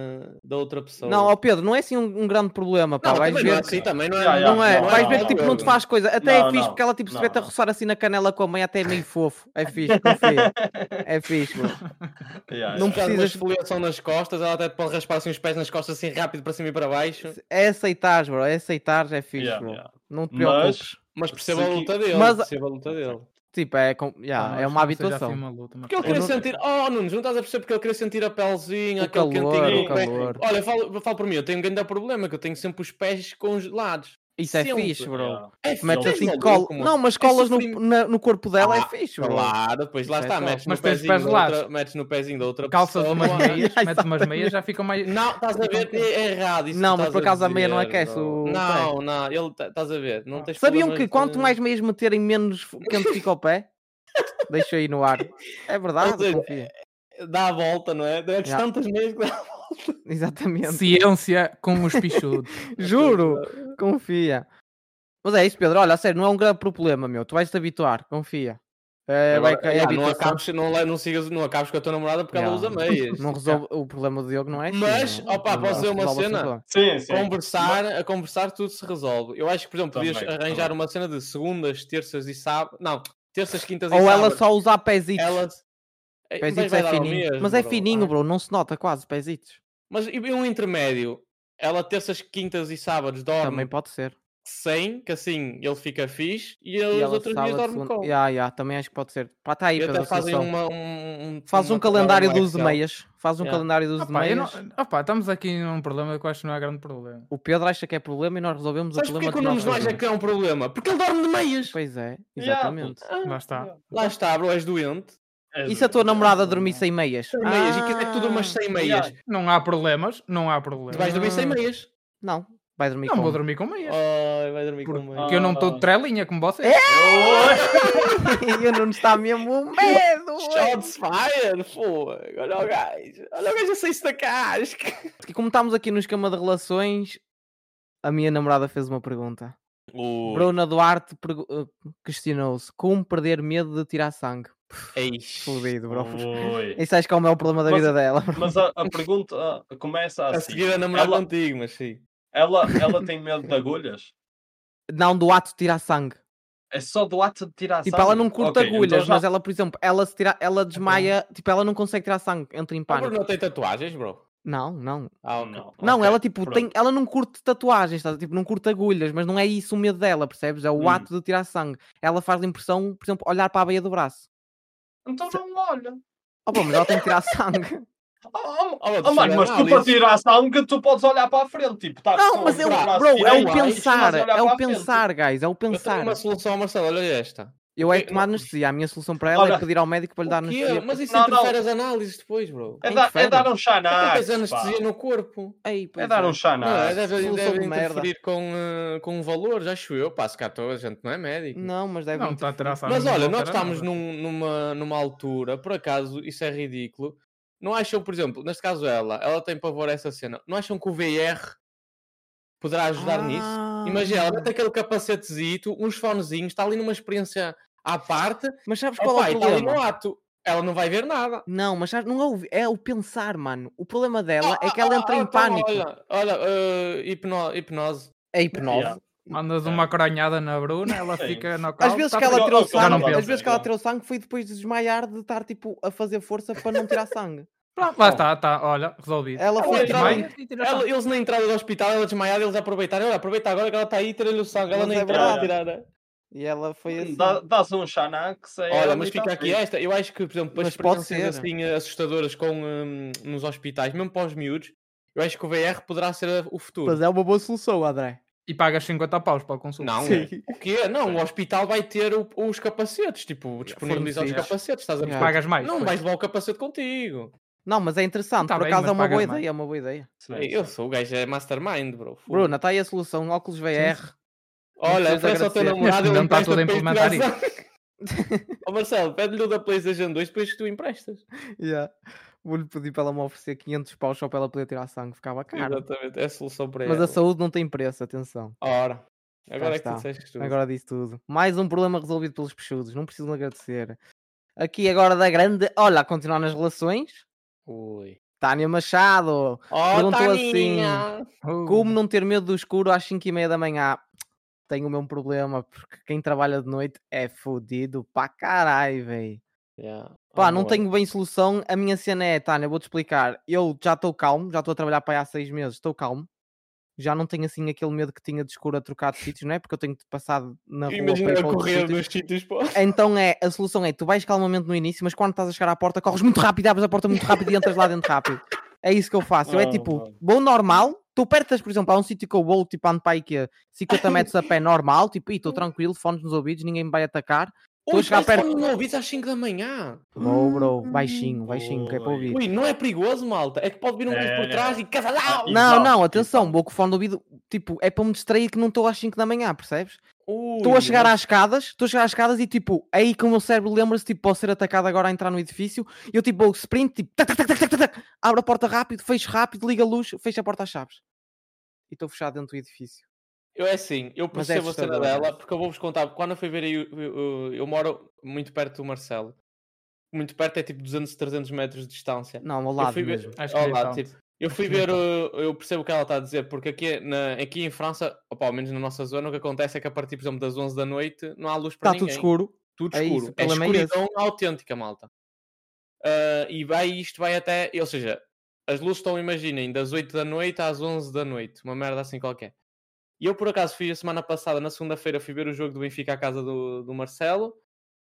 da outra pessoa.
Não, ó Pedro, não é assim um, um grande problema, pá.
Não,
vais
também não é
ver.
assim, também não é.
Yeah, yeah,
Não é,
não,
vais
não,
ver
não,
que tipo, não te
Diogo.
faz coisa. Até
Não,
é fixe
não,
porque ela tipo, se
não,
vê-te a
não.
roçar assim na canela com a mãe, até é meio fofo. É fixe, confia. É fixe, bro.
Yeah,
Não
Se
yeah.
faz uma
precisas-
esfoliação nas costas, ela até pode raspar assim os pés nas costas assim rápido para cima e para baixo.
É aceitar, bro. É aceitar, é fixe,
Yeah,
bro.
yeah.
Não te preocupes.
Mas,
Mas perceba
Se
a
que-
luta dele.
Mas-
Perceba a luta dele.
Tipo, é, com... yeah,
Pá,
é
acho
uma
que não seja
habituação.
assim uma luta, mas
Porque ele
pronto.
queria
não-
sentir. Oh, Nunes, não estás a perceber porque ele queria sentir a pelezinha,
O
aquele
calor,
quentinho
o
no pé.
calor.
Olha, falo, falo por mim, eu tenho um grande problema que eu tenho sempre os pés congelados.
Isso é
Sempre.
fixe, bro.
Yeah.
É
Metes
fixe,
assim,
maluco,
col...
mano.
Não, mas
É
colas no,
sofrimento.
na- no corpo dela é
Ah,
fixe, bro.
Claro, depois lá
Isso é
está,
top.
metes
Mas
no,
tens os
pezinho
pés
da
gelados.
outra, metes no pezinho da outra
Calças
pessoa.
umas meias,
Ah,
metes umas meias, já ficam mais.
Não, estás a ver? É errado. Isso
Não,
que
mas
estás
por acaso a meia não
dizer,
aquece
bro.
o
Não, não, ele tá- estás a ver. Não tens
Sabiam
problemas
que
de-
quanto mais meias meterem, menos f- quente fica o pé? Deixa aí no ar. É verdade,
Ou seja,
confia.
dá a volta, não é? Metes
Já.
tantas meias que dá.
Exatamente.
Ciência com os pichudos.
Juro, confia. Mas é isso, Pedro. Olha, a sério, não é um grande problema, meu. Tu vais-te habituar, confia. É, vai
Agora,
cair
yeah,
a
não,
habituação.
acabes, não, le- não, sigas, não acabes com a tua namorada porque ela
Yeah.
usa meias.
Não resolve o problema do Diogo, não é assim.
Mas,
não-
opa,
não
posso dizer uma
resolve assim o
cena?
problema.
Sim, sim.
Conversar, a conversar tudo se resolve. Eu acho que, por exemplo, podias
Também,
arranjar
também.
uma cena de segundas, terças e sábados. Não, terças, quintas e
Ou ela
sábados.
só usar pezitos.
Ela... Eh, mas
Pezitos
vai
é
dar ao
fininho.
mesmo,
Mas é
bro.
fininho,
Ah.
bro. Não se nota quase, pezitos.
Mas e um intermédio? Ela terças, quintas e sábados dorme
Também pode ser.
sem, que assim ele fica fixe e,
E
os
ela
outros dias
sábado,
dorme
segunda-
com.
Ya, ya, também acho que pode ser. Pá, tá aí,
E
Pedro,
até
a
fazem
solução.
uma, um, um-
Faz um
uma-
calendário
um
de uso de
Excel.
meias. Faz um
Yeah.
calendário de uso de
Opa, eu
meias.
não- opa, estamos aqui num problema que eu acho que não é grande problema.
O Pedro acha que é problema e nós resolvemos
Sabes
o
porquê
problema
que o
de
Nunes não acha que é um problema? Porque ele dorme de meias.
Pois é,
Yeah,
exatamente.
puto.
Lá está.
Lá está, bro, és doente.
É
E se a tua
doente.
namorada dormir sem meias?
Sem meias. E quer dizer que tu durmas sem meias.
Yeah.
Não há problemas, não há problema.
Tu vais dormir sem meias.
Não, vai dormir
Não
com...
vou dormir com meias.
Ai, vai dormir com
Porque
meias.
porque eu não estou de trelinha como vocês.
É? Eu não está mesmo um medo. ué.
Shots fired, pô. Olha o gajo. Olha o gajo a sair-se da casca.
Porque como estamos aqui no esquema de relações, a minha namorada fez uma pergunta. Bruna Duarte pergu- eh, questionou-se como perder medo de tirar sangue.
Eish.
Fodido, bro.
Ui.
Isso acho que é o maior problema da
Mas-
vida dela. bro.
Mas a, a pergunta ah, começa
A
assim.
seguir a namorar
Ela,
contigo, mas sim.
ela, ela tem medo de agulhas?
Não do ato de tirar sangue.
É só do ato de tirar
Tipo,
sangue?
ela não curta
Ok,
agulhas,
então já-
mas ela, por exemplo, ela se tira, ela desmaia, tipo, ela não consegue tirar sangue, entra em
A
pânico.
Bruna tem tatuagens, bro?
Não, não.
Ah, ok.
Não,
Não,
ok,
ela tipo
pronto.
tem, ela não curte tatuagens, tá? Tipo, não curte agulhas, mas não é isso o medo dela, percebes? É o
Hum.
ato de tirar sangue. Ela faz a impressão, por exemplo, olhar para a veia do braço.
Então não olha.
Oh, bom, mas ela tem que tirar sangue.
Oh, oh,
Oh,
oh, mano, mas tu
análise.
para tirar sangue tu podes olhar para a frente. Tipo, tá
Não,
com
mas é
o
o,
braço
bro, é
direito,
o
mas
pensar,
olhar
é
para
o
a frente.
pensar, guys, é o
Eu tenho
pensar.
uma solução, Marcelo, olha esta.
Eu é
Ok,
tomar
não-
anestesia, a minha solução para ela é
Olha,
pedir ao médico para lhe dar
O quê?
anestesia.
Mas isso
Não, não.
interfere as análises depois, bro.
É, dar- é
Interfere.
dar um
Tu
xanax,
tens
pá.
anestesia no corpo.
Ei,
É
pois
dar um
Não, é,
xanax.
deve,
solução
deve
de merda.
interferir com, eh, com um valor, acho eu. Pá, se cá estou, a gente não é médico.
Não, mas deve
Não, está a
interferir.
tirar sangue.
Mas
não
olha,
altera
nós estamos
nada.
num- numa, numa altura, por acaso, isso é ridículo. Não acham, por exemplo, neste caso ela, ela tem pavor a essa cena. Não acham que o V R poderá ajudar nisso?
Ah.
Imagina, ela mete aquele capacetezito, uns fonezinhos, está ali numa experiência à parte.
Mas sabes qual
Opa,
é
e
o
está ali
problema?
no ato. Ela não vai ver nada.
Não, mas sabes, não é o, é o pensar, mano. O problema dela é
Ah,
que ela
ah,
entra
ah,
em
então,
pânico.
Olha, olha eh, hipno- hipnose.
É hipnose.
Yeah.
Mandas uma coronhada na Bruna, ela
Sim.
fica no
Às vezes
tá
que ela
tudo-
tirou
Já não
sangue,
pensa,
às vezes que ela
já.
tirou sangue foi depois de desmaiar de estar tipo a fazer força para não tirar sangue.
Pronto, lá está, tá, olha, resolvido.
Ela
Ela
foi
desmaia.
desmaia.
Desmaia e tira
Ela-
sangue.
eles na entrada do hospital, ela desmaiada, eles aproveitaram. Olha, aproveita agora que ela está aí, tira-lhe o sangue. Ela
Mas
na
é
entrada
verdade.
tirar.
E ela foi assim.
Dá- Dás um xanax. é
Olha,
ela
mas
e tá
fica aqui
feito.
esta. Eu acho que, por exemplo, para
Mas pode
experiências
ser.
assim eh, assustadoras com, hum, nos hospitais, mesmo para os miúdos, eu acho que o V R poderá ser a- o futuro.
Mas é uma boa solução, André.
E pagas cinquenta paus para o consulta.
Não,
Sim.
o quê? Não, o hospital vai ter o- os capacetes, tipo, disponibilizar os
fornecidos.
capacetes, estás a
Yeah.
perceber?
Pagas mais.
Não
pois.
vais levar o capacete contigo.
Não, mas é interessante.
Tá
Por
bem,
acaso
mas
é uma boa
pagas
ideia,
mais.
é uma boa ideia.
Sim,
Eu
sim.
sou o gajo, é mastermind, bro. Fogo.
Bruna, está aí a solução. Óculos V R.
Olha,
precisas
oferece ao teu
agradecer.
namorado,
Neste
ele
momento está
empresta
tudo a
depois
implementar
tirar sangue. Ó Marcelo, pede-lhe o da PlayStation dois depois que tu emprestas.
Yeah. Vou-lhe pedir para ela me oferecer quinhentos paus só para ela poder tirar sangue. Ficava caro.
Exatamente, é a solução para
Mas
ela.
a saúde não tem preço, atenção.
Ora,
Cá
agora é que tu
está.
disseste tudo.
Agora disse tudo. Mais um problema resolvido pelos peixudos. Não precisam agradecer. Aqui agora da grande. Olha, a continuar nas relações.
Ui.
Tânia Machado
Oh,
perguntou assim:
Taninha!
como não ter medo do escuro às cinco e meia da manhã? Tenho o mesmo problema, porque quem trabalha de noite é fodido para caralho, velho.
Yeah.
Pá, não
Amor.
tenho bem solução. A minha cena é, Tânia, vou-te explicar. Eu já estou calmo, já estou a trabalhar para aí há seis meses, estou calmo. Já não tenho assim aquele medo que tinha de escuro a trocar de sítios, não é? Porque eu tenho de passar na rua
Imagina
para ir
a
para outros
correr
sítios.
nos sítios, pô.
Então é, a solução é, tu vais calmamente no início, mas quando estás a chegar à porta, corres muito rápido, abres a porta muito rápido e entras lá dentro rápido. É isso que eu faço. Eu é
Oh,
tipo,
mano.
vou normal, estou perto, das, por exemplo, há um sítio que eu vou, tipo, ando para aí que é cinquenta metros a pé normal, tipo, e estou tranquilo, fones nos ouvidos, ninguém me vai atacar. Estou a
Ui,
chegar
vais
perto.
perto... no ouvido às cinco da manhã.
Vou, bro, baixinho, baixinho, que é para
Ui.
ouvir.
Ui, não é perigoso, malta? É que pode vir um gajo por
É.
trás e casalão!
Ah,
Não,
Exato,
não, atenção,
exato.
vou com o fone do ouvido, tipo, é para me distrair que não estou às cinco da manhã, percebes?
Ui,
Estou a chegar
mas-
às escadas, estou a chegar às escadas e tipo, aí que o meu cérebro lembra-se, tipo, posso ser atacado agora a entrar no edifício, e eu tipo, vou sprint, tipo, tac, tac, tac, tac, tac, tac, abro a porta rápido, fecho rápido, liga a luz, fecho a porta às chaves. E estou fechado dentro do edifício.
Eu é assim, eu
Mas é
percebo a cena
assustador,
dela,
mas-
porque eu vou-vos contar, quando eu fui ver aí, eu, eu- eu moro muito perto do Marcelo. Muito perto é tipo duzentos, trezentos metros de distância.
Não, ao
Eu
lado
fui ver,
mesmo.
Acho que
ao
nem
lado,
tanto.
tipo, eu fui
Acho que nem
ver, uh, eu percebo o que ela está a dizer, porque aqui, na, aqui em França, opa, ao menos na nossa zona, o que acontece é que a partir, por exemplo, das onze da noite não há luz para
Está tudo
ninguém.
escuro.
Tudo
É
escuro.
isso, o
É
problema é esse.
escuridão autêntica, malta. Ah, e vai, isto vai até, ou seja, as luzes estão, imaginem, das oito da noite às onze da noite, uma merda assim qualquer. E eu, por acaso, fui a semana passada, na segunda-feira, fui ver o jogo do Benfica à casa do, do Marcelo.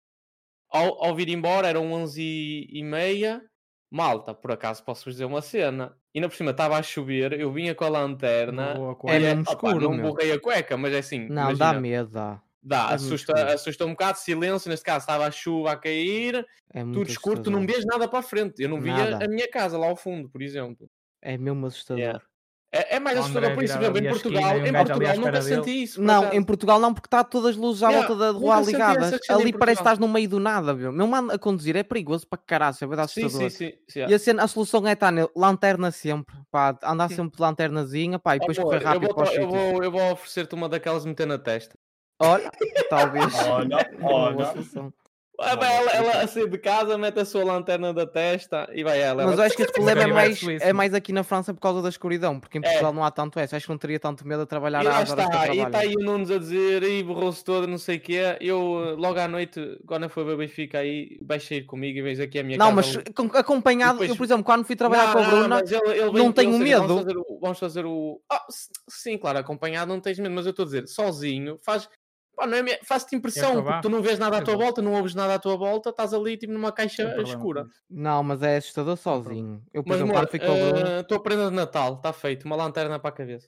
Ao, ao vir embora, eram onze e meia. Malta, por acaso, posso-vos dizer uma cena. E ainda por cima estava a chover, eu vinha com a lanterna.
Boa,
É
quase.
e
mesmo
opa,
escuro,
não
meu.
borrei a cueca, mas é assim.
Não,
imagina,
dá medo, dá.
Dá,
É muito
assusta,
escuro.
assusta um bocado, silêncio. Neste caso, estava a chuva a cair,
É muito
tudo escuro, tu não
assustador.
vês nada para a frente. Eu não via
Nada.
a minha casa lá ao fundo, por exemplo.
É mesmo assustador.
Yeah. É, é mais
O
assustador
André
por isso, por
virado
exemplo, em
ali à
Portugal,
esquina e um
em
gajo ali à
Portugal nunca
espera
senti isso. por
Não,
acaso.
em Portugal não, porque está todas as luzes à
Yeah,
volta da
nunca
rua
senti
ligadas.
essa cena em
Ali parece que
Portugal.
estás no meio do nada, meu. Meu mano a conduzir é perigoso para caralho, é verdade
Sim,
assustador.
sim, sim. sim.
E a, cena, a solução é estar na lanterna sempre, pá, andar sempre de lanternazinha, pá, e depois
Amor,
correr
eu
rápido
vou,
para os
eu,
sítios.
vou, eu vou oferecer-te uma daquelas meter na testa.
Olha, talvez.
Olha,
É uma boa
olha.
solução.
Ah, vai ela, ela a sair de casa, mete a sua lanterna da testa e vai ela.
Mas eu
ela...
acho que este problema é
Vai
mais,
Suíça.
é mais aqui na França por causa da escuridão, porque em
É.
Portugal não há tanto essa. Acho que não teria tanto medo a trabalhar
E lá
às horas que eu
está, e
trabalho.
está aí o Nunes a dizer, e borrou-se todo, não sei o quê. Eu, logo à noite, quando eu for ver o Benfica aí, vais sair comigo e vens aqui à minha
Não,
casa.
mas
ali.
com- acompanhado,
depois-
eu por exemplo, quando fui trabalhar
Não,
com a
não,
Bruna,
mas ele- ele
não
vem- ou
tenho
seja,
medo.
Vamos fazer o. Vamos fazer o... Ah, s- sim, claro, acompanhado não tens medo, mas eu estou a dizer, sozinho, faz. Pá, não é me- faz-te impressão,
acabar.
porque tu não vês nada à tua
Exato.
volta, não ouves nada à tua volta, estás ali tipo numa caixa
Sem problema
escura.
com isso.
Não, mas é assustador
problema.
sozinho. Eu, por
Mas,
exemplo,
amor,
quando fui com a Bruna,
a tua prenda de Natal, está feito, uma lanterna para a cabeça.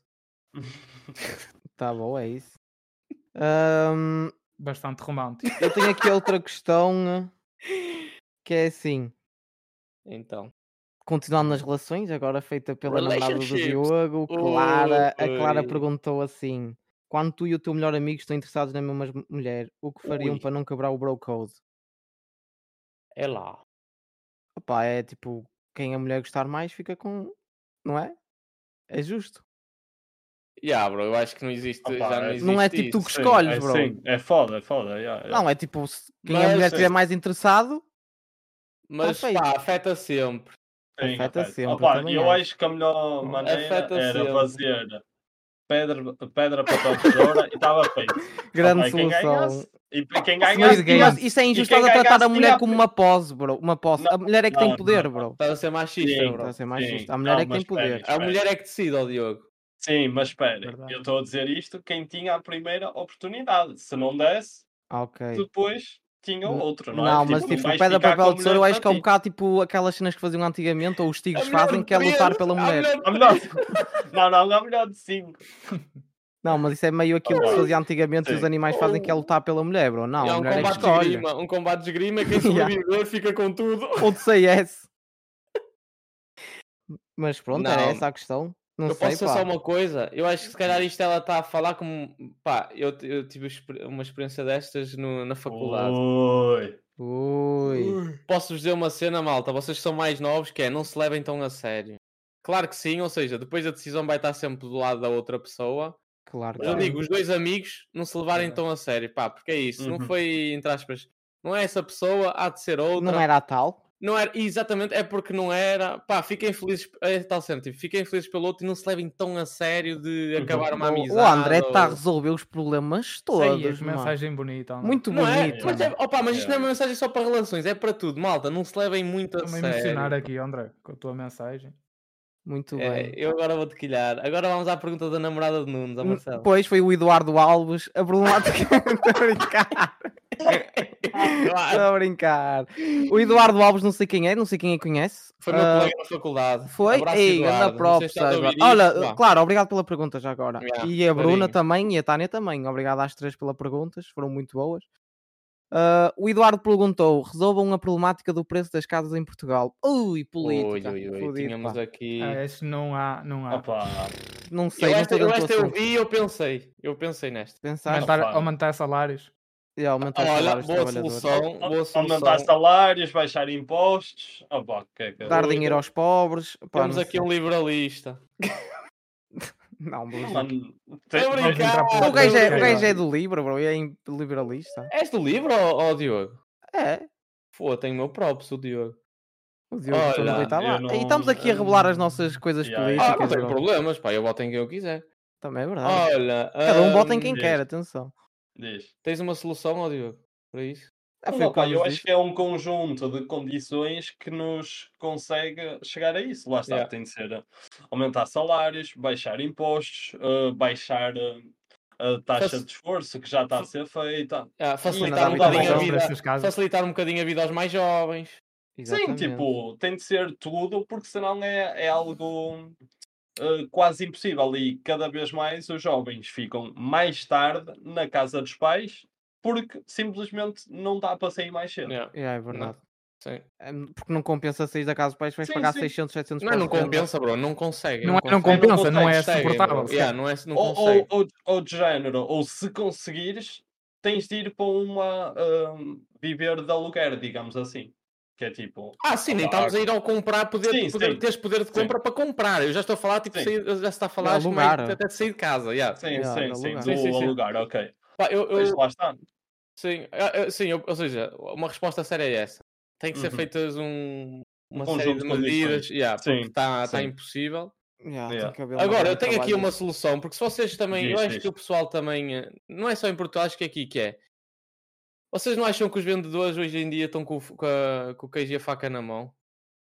tá bom, é isso. Ahm,
Bastante romântico.
eu tenho aqui outra questão que é assim,
Então.
continuando nas relações, agora feita pela namorada do
Relationships.
Diogo, Clara, a Clara
Ui.
perguntou assim: quando tu e o teu melhor amigo estão interessados na mesma mu- mulher, o que fariam
Ui.
para não quebrar o bro code?
É lá.
Opa, é tipo, quem a mulher gostar mais fica com. Não é? É justo.
Yeah, bro, eu acho que não existe,
Opa,
já não
é-
existe
Não é tipo tu
isso.
que
Sim,
escolhes,
é,
bro.
sim, é foda, é foda. Yeah, yeah.
Não, é tipo, se- quem a
Mas,
mulher
é-
estiver mais interessado,
Mas
feito.
pá, afeta sempre.
Sim,
afeta
afeta.
sempre, eu
Opa,
também
eu
acho.
acho que a melhor maneira
Afeta
era
sempre.
fazer pedra, pedra, papel, tesoura e estava feito.
Grande
Opa, e quem
solução.
ganhasse, e quem
Mas,
ganhasse,
game.
mas isso é injusto,
quem
estás a tratar
ganhasse
a mulher
tinha-
como uma pose, bro. Uma posse. A
Não,
mulher é que tem
não,
poder,
não,
bro.
Estás a ser machista,
Sim,
Está
bro.
a ser mais
sim.
justo. A mulher
Não,
é que tem
mas espera,
poder.
A mulher é que decide, ó Diogo.
Sim, mas espera,
Verdade.
eu estou a dizer isto quem tinha a primeira oportunidade. Se não desse,
Ah, ok.
depois tinha
N-
outro, não é?
Não, mas
não
tipo,
vais
pedra,
ficar
papel,
com a
tesoura, eu
mulher
acho que é um
para ti.
bocado tipo aquelas cenas que faziam antigamente, ou os tigres
A melhor
fazem,
de
que é lutar
três,
pela
a
mulher.
melhor de
A melhor... não, não, a melhor de cinco.
Não, mas isso é meio aquilo que se
Ah,
fazia antigamente e os
sim.
animais fazem, que é lutar pela mulher, bro. Não,
E há
a
um
mulher é que
combate de
escolhe.
esgrima, um combate de esgrima, quem
Yeah.
sobreviver fica com tudo.
Ou de C S. Mas pronto, era
Não.
essa a questão. Não
Eu
sei,
posso dizer
pá.
só uma coisa, eu acho que se calhar isto ela está a falar como, pá, eu, eu tive exper- uma experiência destas no- na faculdade.
Ui.
Ui.
Posso-vos dizer uma cena, malta, vocês que são mais novos, que é, não se levem tão a sério. Claro que sim, ou seja, depois a decisão vai estar sempre do lado da outra pessoa.
Claro que
Mas eu
Claro.
digo, os dois amigos não se levarem
Yeah.
tão a sério, pá, porque é isso, não
Uhum.
foi, entre aspas, não é essa pessoa, há de ser outra.
não era a tal.
Não era, exatamente, é porque não era. Pá, fiquem felizes, é tal cena, tipo, fiquem felizes pelo outro e não se levem tão a sério de
Uhum.
acabar uma
O-
amizade.
O André está a
ou-
resolver os problemas
Sei,
todos,
que
mano.
mensagem bonita. André.
Muito
Não é?
bonito.
Mas, é,
mano.
opa, mas isto não é uma
Yeah.
mensagem só para relações, é para tudo, malta. Não se levem muito a
Estou-me a
sério.
emocionar aqui, André, com a tua mensagem.
Muito
É,
bem.
eu agora vou-te quilhar. Agora vamos à pergunta da namorada de Nunes, a
Hum,
Marcelo.
Pois foi o Eduardo Alves. A problemática. Estou a brincar. Estou a brincar. O Eduardo Alves, não sei quem é, não sei quem é que conhece.
Foi meu
Ah,
colega na faculdade.
Foi?
Abraço,
Ei,
Eduardo.
anda
Não sei
próprio.
se estás a ouvir
Olha,
isto, vá.
claro, obrigado pela pergunta já agora.
Yeah,
e a Bruna
clarinho.
também e a Tânia também. Obrigado às três pelas perguntas, foram muito boas. Ah, o Eduardo perguntou: resolvam a problemática do preço das casas em Portugal. Ui, política.
Ui, ui, ui.
Fudido,
Tínhamos
pá.
aqui.
Ah, este não há, não há.
Opa,
Não sei,
Eu
não
esta,
estou
eu
dentro do
esta eu
assunto.
vi e eu pensei. Eu pensei nesta.
Pensar,
Aumentar,
Opa.
aumentar salários.
e aumentar os
Olha,
salários dos
boa
trabalhadores.
solução. Boa
aumentar
solução.
salários, baixar impostos. Opa, que é que...
Dar
Ui,
dinheiro aos pobres. Pá,
Temos
não
aqui
sei.
um liberalista.
Não, Bruno.
Mano,
Estou a
Vamos entrar
brincar.
por-
O
estou
gajo
a
é, o
brincar.
gajo é do livro, bro. E é im- liberalista.
És do livro ou, ou Diogo?
É.
Pô, tenho o meu próprio, sou o Diogo.
O Diogo está no
Olha,
oitavo.
eu
A.
não-
E estamos aqui a revelar as nossas coisas
Yeah,
Ah,
políticas.
não tenho
bro.
problemas, pá. Eu voto em quem eu quiser.
Também é verdade.
Olha,
Cada um vota em quem
hum,
diz.
quer, atenção.
diz.
tens uma solução, ó Diogo, para isso?
Ah, foi
Não,
o que
pá,
ele
eu
nos
acho
disse.
que é um conjunto de condições que nos consegue chegar a isso. Lá está,
Yeah.
tem de ser uh, aumentar salários, baixar impostos, uh, baixar uh, a taxa
Fac-
de esforço que já está a ser feita.
Ah, facilitar
da
um bocadinho a
habitação
vida,
destas casas.
facilitar um bocadinho a vida aos mais jovens.
Sim,
Exatamente.
tipo, tem de ser tudo, porque senão é, é algo uh, quase impossível. E cada vez mais os jovens ficam mais tarde na casa dos pais, porque simplesmente não dá para sair mais cedo.
Yeah,
É, é verdade.
sim.
É, porque não compensa sair da casa dos pais, vais
Sim,
pagar
sim.
seiscentos, setecentos
Não, não
por renda.
compensa, bro. Não consegue.
Não é- não
consegue.
compensa, não é
conseguem,
suportável,
bro.
sequer.
Yeah, não, é, não
Ou,
consegue.
ou, ou, ou de género, ou se conseguires, tens de ir para uma hum, viver de aluguer, digamos assim. Que é tipo.
Ah, sim, nem
opa,
estamos a ir ao comprar, poder,
Sim,
poder
sim.
teres poder de
Sim.
compra para comprar. Eu já estou a falar, tipo,
Sim.
sair- já se está a falar
De
acho que mais
alugar.
até de sair de casa. Yeah.
Sim,
Yeah,
sim,
de
sim,
alugar.
do
Sim, sim, sim.
alugar, ok.
Pá, eu, eu-
Mas lá está.
sim, ah, ah, sim eu- ou seja, uma resposta séria é essa. Tem que ser
Uhum.
feitas um, uma
conjunto
série
de
de
condições.
medidas. Yeah, porque
Sim,
está tá
sim.
impossível.
Yeah, tem
Yeah.
que haver uma
Agora,
grande
eu tenho aqui
trabalho
uma
nisso.
solução, porque se vocês também, eu
Diz,
acho
diz.
que o pessoal também, eh, não é só em Portugal, acho que é aqui que é. Vocês não acham que os vendedores hoje em dia estão com, o f- com, a- com o queijo e a faca na mão?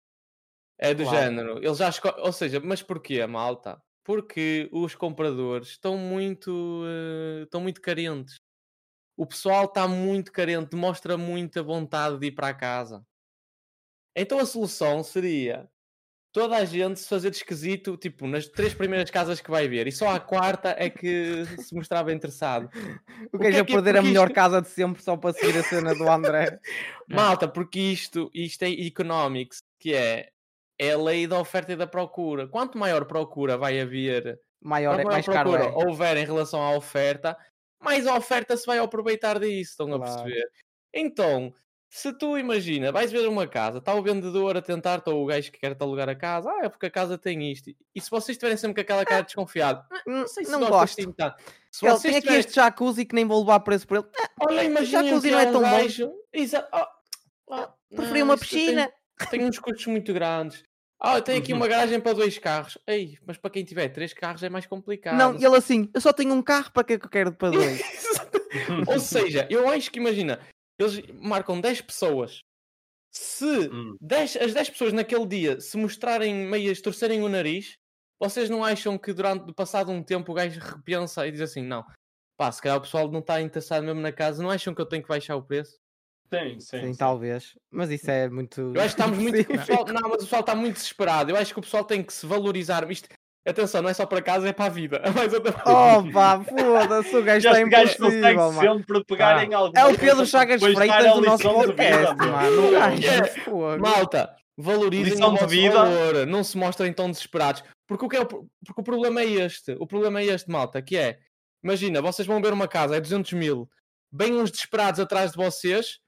É do
Claro.
género, eles já esco... ou seja, mas porquê, malta? Porque os compradores estão muito, eh, estão muito carentes. O pessoal está muito carente, demonstra muita vontade de ir para a casa. Então a solução seria toda a gente se fazer de esquisito, tipo, nas três primeiras casas que vai ver, e só à quarta é que se mostrava interessado.
O
que
gajo
é
a
que é-
perder a
porque
melhor
isto-
casa de sempre só para seguir a cena do André.
Malta, porque isto, isto é economics, que é, é a lei da oferta e da procura. Quanto maior procura vai haver,
Maior,
quanto
é,
maior
mais caro
procura
é.
houver em relação à oferta, mais a oferta se vai aproveitar disso, estão a
Claro.
perceber? Então, se tu imagina, vais ver uma casa, está o vendedor a tentar, ou o gajo que quer te alugar a casa, ah, é porque a casa tem isto. E se vocês estiverem sempre com aquela cara desconfiada,
Hum,
não sei se
não
gosto
gosto.
assim tanto. Se
Ele
vocês
tem aqui
tiverem-
este jacuzzi que nem vou levar preço por ele. Ah,
Olha, imagina
jacuzzi
que
não é
há um
tão bom.
gajo... Exa... Oh, oh,
Preferi
não,
uma
isto
piscina.
Tem, tem uns custos muito grandes. Ah, eu tenho aqui
Uhum.
uma garagem para dois carros. Ei, mas para quem tiver três carros é mais complicado.
Não, e ele assim, eu só tenho um carro, para que é que eu quero para dois?
Ou seja, eu acho que imagina, eles marcam dez pessoas. Se
Hum.
dez, as dez pessoas naquele dia se mostrarem meias, torcerem o nariz, vocês não acham que durante passado um tempo o gajo repensa e diz assim, não, pá, se calhar o pessoal não está interessado mesmo na casa, não acham que eu tenho que baixar o preço?
Sim, sim.
Sim,
sim.
talvez. Mas isso é muito.
Eu acho que estamos muito. o
específico.
pessoal- não, mas o pessoal está muito desesperado. Eu acho que o pessoal tem que se valorizar. Isto, atenção, não é só para casa, é para a vida. É mais outra
Opa, foda-se, o gajo está
Este gajo consegue
impossível, mano.
sempre pegar
Ah.
em algo.
É o Pedro Chagas Freitas do nosso podcast,
mano.
mano. O gajo,
É.
fogo.
Malta, valorizem
Lição
o
de
vosso
vida.
valor. Não se mostrem tão desesperados. Porque o, que é o, pro- porque o problema é este. O problema é este, malta, que é... Imagina, vocês vão ver uma casa, é duzentos mil. Vêm uns desesperados atrás de vocês.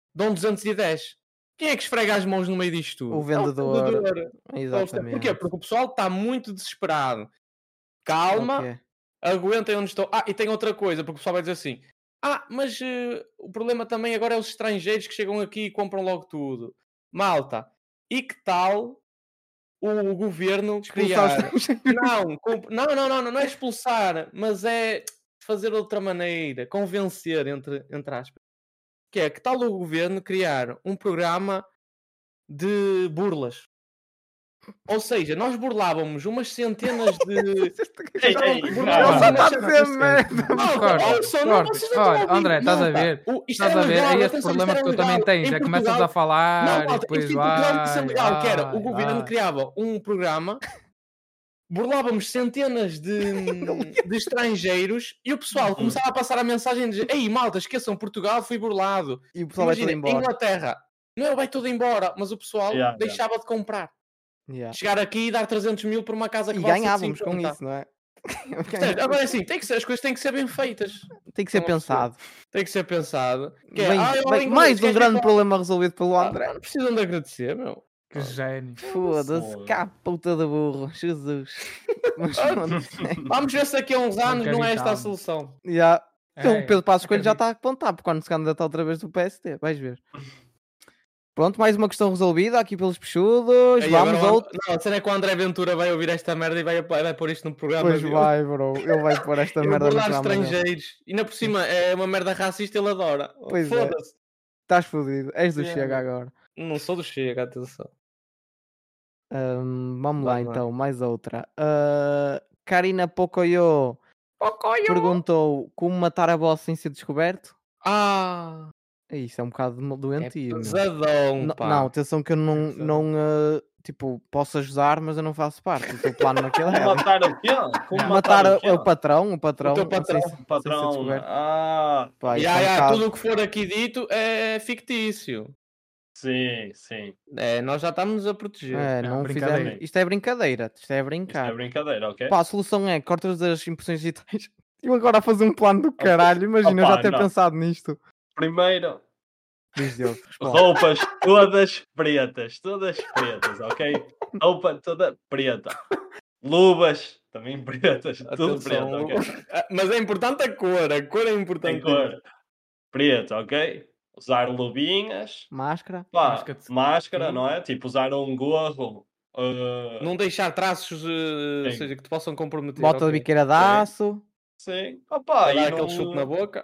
dão duzentos e dez. Quem é que esfrega as mãos no meio disto tudo?
O vendedor.
É o vendedor.
Exatamente.
Porquê? Porque o pessoal está muito desesperado. Calma,
Ok.
aguentem onde estou. Ah, e tem outra coisa, porque o pessoal vai dizer assim: ah, mas uh, o problema também agora é os estrangeiros que chegam aqui e compram logo tudo. Malta, e que tal o governo
Expulsar os
criar...
estrangeiros.
Não, comp- não, não, não, não é expulsar, mas é fazer de outra maneira, convencer, entre, entre aspas. Que é, que tal o governo criar um programa de burlas? Ou seja, nós burlávamos umas centenas de...
Ei, ei,
Ele
calma.
só está a
Não,
dizer
não,
merda.
Corta,
olha só, não,
corta.
vocês não estão a
Olha,
ouvir.
André, estás a
Malta,
ver?
o- isto
Estás
era
a ver?
legal,
É esse
atenção,
problema
isto
que tu
era
também
legal.
tens.
Em
Já começas
Portugal-
a falar
Não,
e
malta,
depois
isto em Portugal isso é
vai,
legal, que era, o
vai,
governo
vai.
criava um programa, burlávamos centenas de, de estrangeiros e o pessoal começava a passar a mensagem de dizer, ei malta, esqueçam, Portugal foi burlado.
E o pessoal vai tudo
Imagina,
embora.
Inglaterra, não, vai tudo embora, mas o pessoal
Yeah, yeah.
deixava de comprar.
Yeah.
Chegar aqui e dar trezentos mil por uma casa que
E
vale
ganhávamos com
cento e cinquenta.
isso, não é?
Portanto, agora é assim, tem que ser, as coisas têm que ser bem feitas.
Tem que ser
Estão a perceber?
pensado.
Tem que ser pensado. Que é,
Bem-
"Ah, eu
bem,
inglês,
mais um
queres
grande
vir para-"
problema resolvido pelo
Ah,
André.
não precisam de agradecer, meu.
Que gênio.
Foda-se,
Foda.
cá, puta de burro. Jesus. Mas pronto.
Vamos ver se daqui a uns anos não é esta a
Acreditamos.
solução.
Já. Então,
É,
o Pedro Passos Coelho já
acredito.
está a apontar, porque quando se candidata outra vez do P S D, vais ver. Pronto, mais uma questão resolvida aqui pelos peixudos.
Aí,
Vamos
agora o
outro.
And- Não, a cena é que o André Ventura vai ouvir esta merda e vai, vai pôr isto no programa.
Pois
dele.
vai, bro. Ele vai pôr esta
Ele
merda no
burlar
programa dele.
estrangeiros. E ainda por cima é uma merda racista, ele adora.
Pois é.
Foda-se.
Estás fodido. És do
Yeah,
Chega
mano.
agora.
Não sou do Chega, atenção.
Hum, vamos lá
Vamos lá.
então, mais outra. Ah, Karina Pocoyo perguntou como matar a boss sem ser descoberto.
Ah,
Isso é um bocado mo-
é
doentio. meu.
pesadão,
Não,
pá.
não, atenção que eu não,
Pesadão.
não ah, tipo, posso ajudar, mas eu não faço parte. O teu plano naquele é
Matar o quê? Como
matar
o
o,
quê?
o patrão, o patrão,
teu
sem
patrão,
se- sem ser
Patrão.
descoberto.
Ah,
Pá, isso
Ya,
é um
ya,
bocado-
tudo o que for aqui dito é fictício.
sim, sim.
É, nós já estamos a proteger.
É,
Não,
não
brincadeira.
fizemos. Isto é brincadeira. Isto é
Isto é
brincar.
brincadeira, ok?
Pá, a solução é cortas as impressões digitais. Eu agora a fazer um plano do caralho. Imagina eu
Opa,
já ter
não.
pensado nisto.
Primeiro,
Diz Diogo, responde.
roupas todas pretas. Todas pretas, ok? Roupa toda preta. Luvas também pretas. Tudo
Atenção.
preto, ok?
Ah, Mas é importante a cor, a cor é
Tem
importante.
cor. Preto, ok? Usar luvinhas.
Máscara.
Pá,
Máscara de-
máscara,
Sim.
não é? Tipo, usar um gorro. uh,
Não deixar traços, eh, ou
Sim.
seja, que te possam comprometer.
Bota de
ok.
biqueira de aço.
Sim. Opa,
Vai dar
e,
aquele
num,
chute na boca.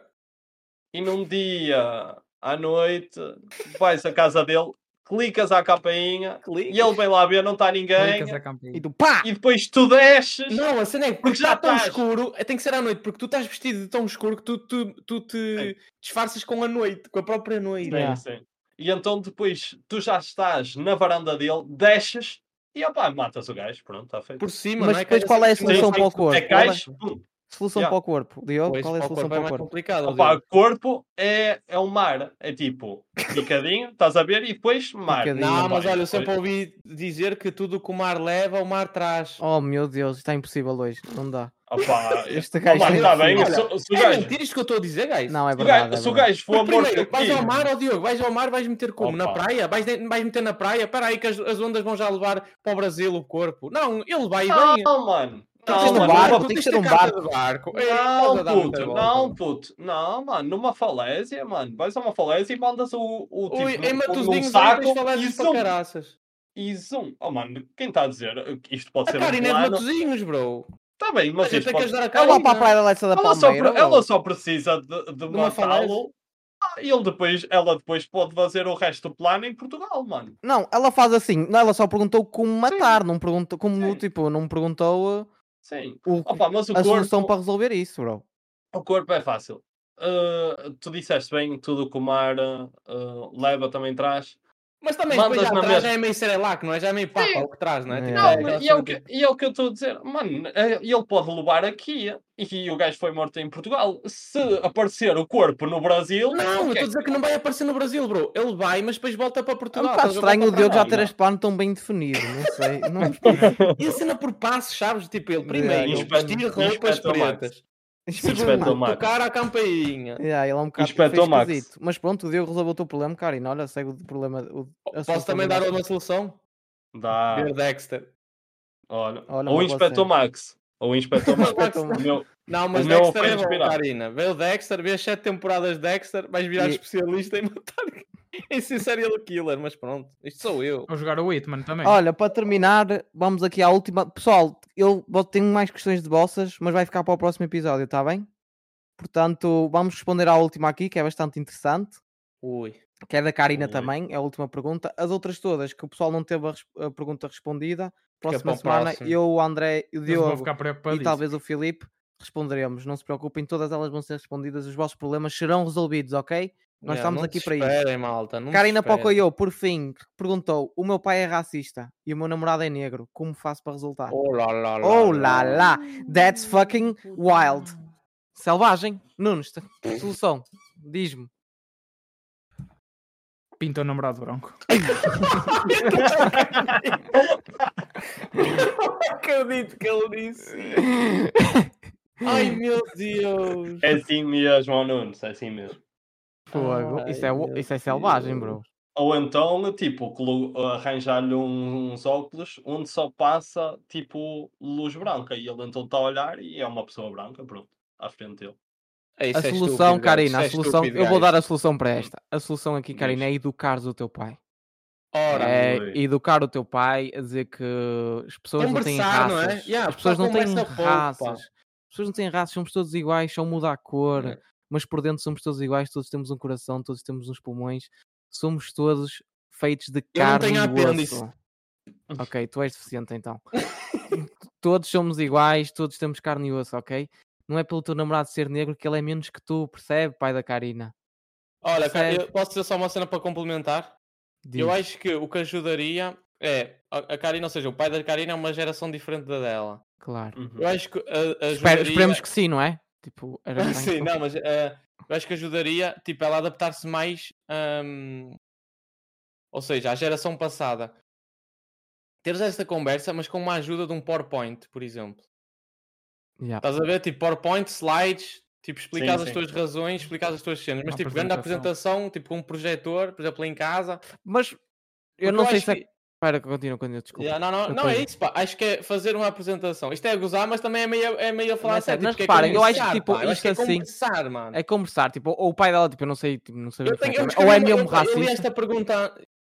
e num dia à noite vais à casa dele, clicas à campainha e ele vem lá ver, não está ninguém.
Clicas a campainha.
E tu pá!
E depois tu desces.
Não, a cena é que
Porque
porque
já
está tão
estás.
escuro, eh, tem que ser à noite, porque tu estás vestido de tão escuro que tu, tu, tu te disfarças com a noite, com a própria noite.
Sim,
Yeah.
sim. E então depois tu já estás na varanda dele, desces e opá, matas o gajo. Pronto, está feito.
Por cima,
Mas
não é?
depois
Cai
qual é a
assim,
solução
sim,
para o
sim.
corpo?
É
Qual é-
cais, pum.
Solução
Yeah.
para o corpo. Diogo,
Pois,
qual é a
para o
solução
corpo é
para o
mais
corpo?
complicado.
Opa,
Diogo.
corpo é, é o mar. É tipo, picadinho, estás a ver? E depois mar.
Picadinho.
Não,
Opa,
mas
e
olha, eu
depois-
sempre ouvi dizer que tudo que o mar leva, o mar traz.
Oh meu Deus, está impossível hoje. Não dá.
Opa,
Este gajo
opa,
é
está bem.
impossível.
Se, se o
É
gajo,
mentira isto que eu estou a dizer, guys?
Não, é
se o
verdade.
gajo,
é
se o
verdade.
gajo for
Porque
morto
primeiro, vais ao
aqui,
mar, ó Diogo, vais ao mar, vais meter como? Na
Opa.
praia? Vais, de- vais meter na praia? Espera aí que as, as ondas vão já levar para o Brasil o corpo. Não, ele vai e vem.
não, mano.
Tem que
Não,
ser no
mano,
barco,
numa-
tem que
Tens
ser um
ter carta
barco.
de barco. Ei, estás a
Não,
dar muita
puto,
volta.
não, puto, não, mano, numa falésia, mano, vais a uma falésia e mandas o, o tipo,
Ui, em
num- num
Matosinhos
saco
tens
e
falésias para
zoom,
caraças.
e zoom. Oh, mano, quem está a dizer que isto pode
A
ser um
Karina é de
plano?
Matosinhos, bro.
Está bem, mas
Mas eu
isto
tenho que
pode...
ajudar a
É
Karina.
lá para a Praia da Leça da
ela, só,
Palmeira.
pre- ela
bro.
só precisa de, de
uma
matá-lo ah, e ele depois, ela depois pode fazer o resto do plano em Portugal, mano.
Não, ela faz assim. Não, ela só perguntou como matar. Não perguntou, como,
Sim.
tipo, não perguntou uh,
Sim.
o,
Opa, mas o
a solução
corpo,
para resolver isso, bro.
o corpo é fácil. Uh, tu disseste bem, tudo que o mar uh, leva também traz.
Mas também
Mandas
depois já
na
atrás
mesma.
já é meio Cerelac, não é? Já é meio papa
Sim.
o que traz, não é? Tipo,
É.
Não,
é
mas
aquela
e é, o
cena
que,
tipo-
e é o que eu estou a dizer, mano, é- ele pode levar aqui e o gajo foi morto em Portugal. Se aparecer o corpo no Brasil,
Não, eu
o que
estou
é
a dizer que não vai aparecer no Brasil, bro. Ele vai, mas depois volta para
É um
Portugal.
bocado
estás a ver?
estranho o
Volta
Diogo
para
já
lá.
ter este plano tão bem definido. Não sei. Não...
E a cena por passos, sabes? Tipo, ele primeiro
Yeah,
vestir
Inspector-
roupas
Inspector Max.
pretas.
Inspector
Segundo,
Max.
tocar a campainha.
Yeah, ele é um bocado
Inspector
feio,
Max.
esquisito. Mas pronto, o Diogo resolveu o teu problema, Karina. Olha, segue o problema. O, a
Posso
solução
também
do
dar
nosso-
uma solução?
Dá.
Ver Dexter.
Olha.
Olha,
Ou
uma boa
Inspector
série.
Max. Ou Inspector Max.
Inspector
O meu-
Não, mas
O meu
Dexter
foi
é bom,
inspirado.
Karina. Vê o Dexter, vê as sete temporadas de Dexter, vais virar
E-
especialista em matar em ser serial killer, mas pronto, isto sou eu.
Ou jogar o Whitman também.
Olha, para terminar, vamos aqui à última. Pessoal, eu vou- tenho mais questões de vossas, mas vai ficar para o próximo episódio, está bem? Portanto, vamos responder à última aqui, que é bastante interessante.
Ui.
Que é da Karina
Ui.
também, é a última pergunta. As outras todas, que o pessoal não teve a, res- a pergunta respondida,
Fica
próxima
para o
semana,
próximo.
eu, o André, o
Eles vão
Diogo
ficar
e
preocupadíssimos.
talvez o Filipe responderemos. Não se preocupem, todas elas vão ser respondidas, os vossos problemas serão resolvidos, ok? Nós
Yeah,
estamos
não
aqui
se
para isso.
esperem, malta. Não
Karina
se esperem.
Pocoyo, por fim, perguntou: o meu pai é racista e o meu namorado é negro, como faço para resultar?
Oh lá lá lá.
Oh lá lá, that's fucking wild. Selvagem. Nunes, t- solução, diz-me.
Pinta o namorado branco.
Acredito que ele disse. Ai meu Deus.
É assim mesmo, ó Nunes. É assim mesmo.
Fogo.
Ai,
Isso é,
meu
isso é selvagem,
Deus.
bro.
Ou então, tipo, colo- arranjar-lhe um- uns óculos onde só passa, tipo, luz branca. E ele então está a olhar e é uma pessoa branca, pronto, à frente dele.
É, isso
A
é
solução,
estúpido,
Karina, a
gajo, isso é
solução,
estúpido,
eu vou
gajo.
dar a solução para esta. A solução aqui, Karina, é educares o teu pai.
Ora,
É
Ui.
educar o teu pai a dizer que as pessoas não têm
Conversar, não é?
raças.
Yeah,
as pessoas
só
não têm
conversa pouco, pá.
raças. As pessoas não têm raças, somos todos iguais, só muda a cor.
É.
Mas por dentro somos todos iguais, todos temos um coração, todos temos uns pulmões. Somos todos feitos de
Eu não
carne
tenho
e
apêndice.
osso. Ok, tu és deficiente então. Todos somos iguais, todos temos carne e osso, ok? Não é pelo teu namorado ser negro que ele é menos que tu, percebe, pai da Karina?
Olha, Ka-
Percebe?
eu posso dizer só uma cena para complementar?
Diz.
Eu acho que o que ajudaria é a, a Karina, ou seja, o pai da Karina é uma geração diferente da dela.
Claro.
Uhum.
Eu acho que a,
Espera-
ajudaria...
esperemos que sim, não é? Tipo, era estranho
Sim,
que
não, mas eh, eu acho que ajudaria, tipo, ela a adaptar-se mais, hum, ou seja, à geração passada. Teres esta conversa, mas com uma ajuda de um PowerPoint, por exemplo.
Yeah.
Estás a ver? Tipo, PowerPoint, slides, tipo, explicar
Sim,
as
sim.
tuas razões, explicar as tuas cenas. Mas,
Uma
tipo, grande
apresentação.
apresentação, tipo, com um projetor, por exemplo, em casa.
Mas eu
Porque
não
eu
sei
acho
se é.
que-
Espera, continua, continua, desculpa.
Yeah, não, não, não
Depois.
é isso, pá. Acho que é fazer uma apresentação. Isto é a gozar, mas também é meio, é meio a falar
Mas é,
sério.
mas
tipo, que é
reparem, eu acho que,
conversar,
tipo,
pá. Eu acho
isto
que é
assim-
conversar, mano.
É conversar, tipo, ou o pai dela, tipo, eu não sei, tipo, não sei
Eu tenho, eu
perfeitamente. ou é
escrevi uma-
mesmo
eu- eu li
racista.
esta pergunta.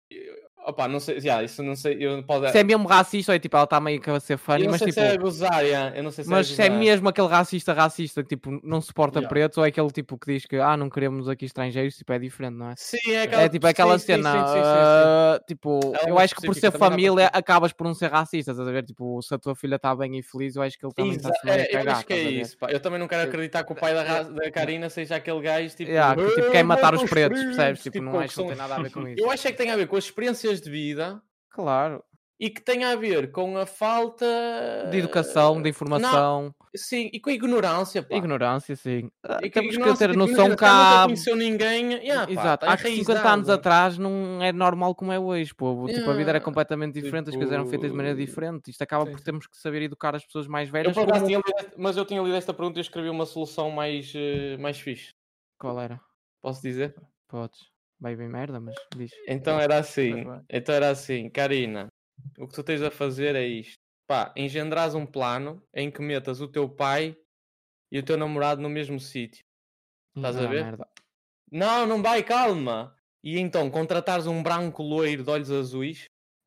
Opa, não sei, yeah, isso não sei, eu posso.
Se é mesmo racista, ou é tipo, ela está meio que a ser
eu
funny,
não
mas
sei
tipo.
se é a gozar, yeah, eu não sei se
Mas
é a
se é
gozar.
mesmo aquele racista racista que tipo não suporta
Yeah.
pretos, ou é aquele tipo que diz que ah, não queremos aqui estrangeiros, tipo, é diferente, não é?
Sim, é aquela,
É tipo aquela
sim, sim,
cena,
sim, sim, sim, sim.
ah, tipo,
Ela é
eu
muito
acho que por
específica,
ser
também dá para
família acabas por não ser racista, estás a ver? Tipo, se a tua filha está bem e feliz, eu acho que ele também
Exa-
está-se meio a
é, eu
cagar,
acho que é
estás a ver?
isso, pá. Eu também não quero acreditar que o pai da, ra- da Karina seja aquele gajo tipo,
Yeah, que, tipo, quer
"Ah,
matar
mata
os pretos, percebes? Tipo,
tipo,
não
com
acho que não
são-
tem nada a ver com isso.
Eu acho é que tem a ver com as experiências de vida
Claro,
e que tem a ver com a falta
de educação, de informação,
Sim, e com a ignorância, pá.
ignorância, sim. Ah,
E que
temos que
ignorância,
ter
tipo,
noção
imagina,
que
se ela nunca
há...
conheceu ninguém. Yeah, pá,
Exato,
tá
há que cinquenta anos
enraizado.
atrás não é normal como é hoje, pô. Tipo, a vida era
Yeah,
completamente diferente, as coisas eram feitas de maneira
tipo,
diferente. Isto acaba
sim,
por
sim.
termos que saber educar as pessoas mais
Eu
velhas.
por acaso
como-
tinha lido esta- mas eu tinha lido esta pergunta e escrevi uma solução mais, eh, mais fixe.
Qual era?
Posso dizer?
Podes. Vai bem merda, mas diz.
Então era assim,
vai.
então era assim, Karina, o que tu tens a fazer é isto. Pá, engendrares um plano em que metas o teu pai e o teu namorado no mesmo sítio. Estás a
Ah,
ver?
merda.
Não, não vai, calma. E então contratares um branco loiro de olhos azuis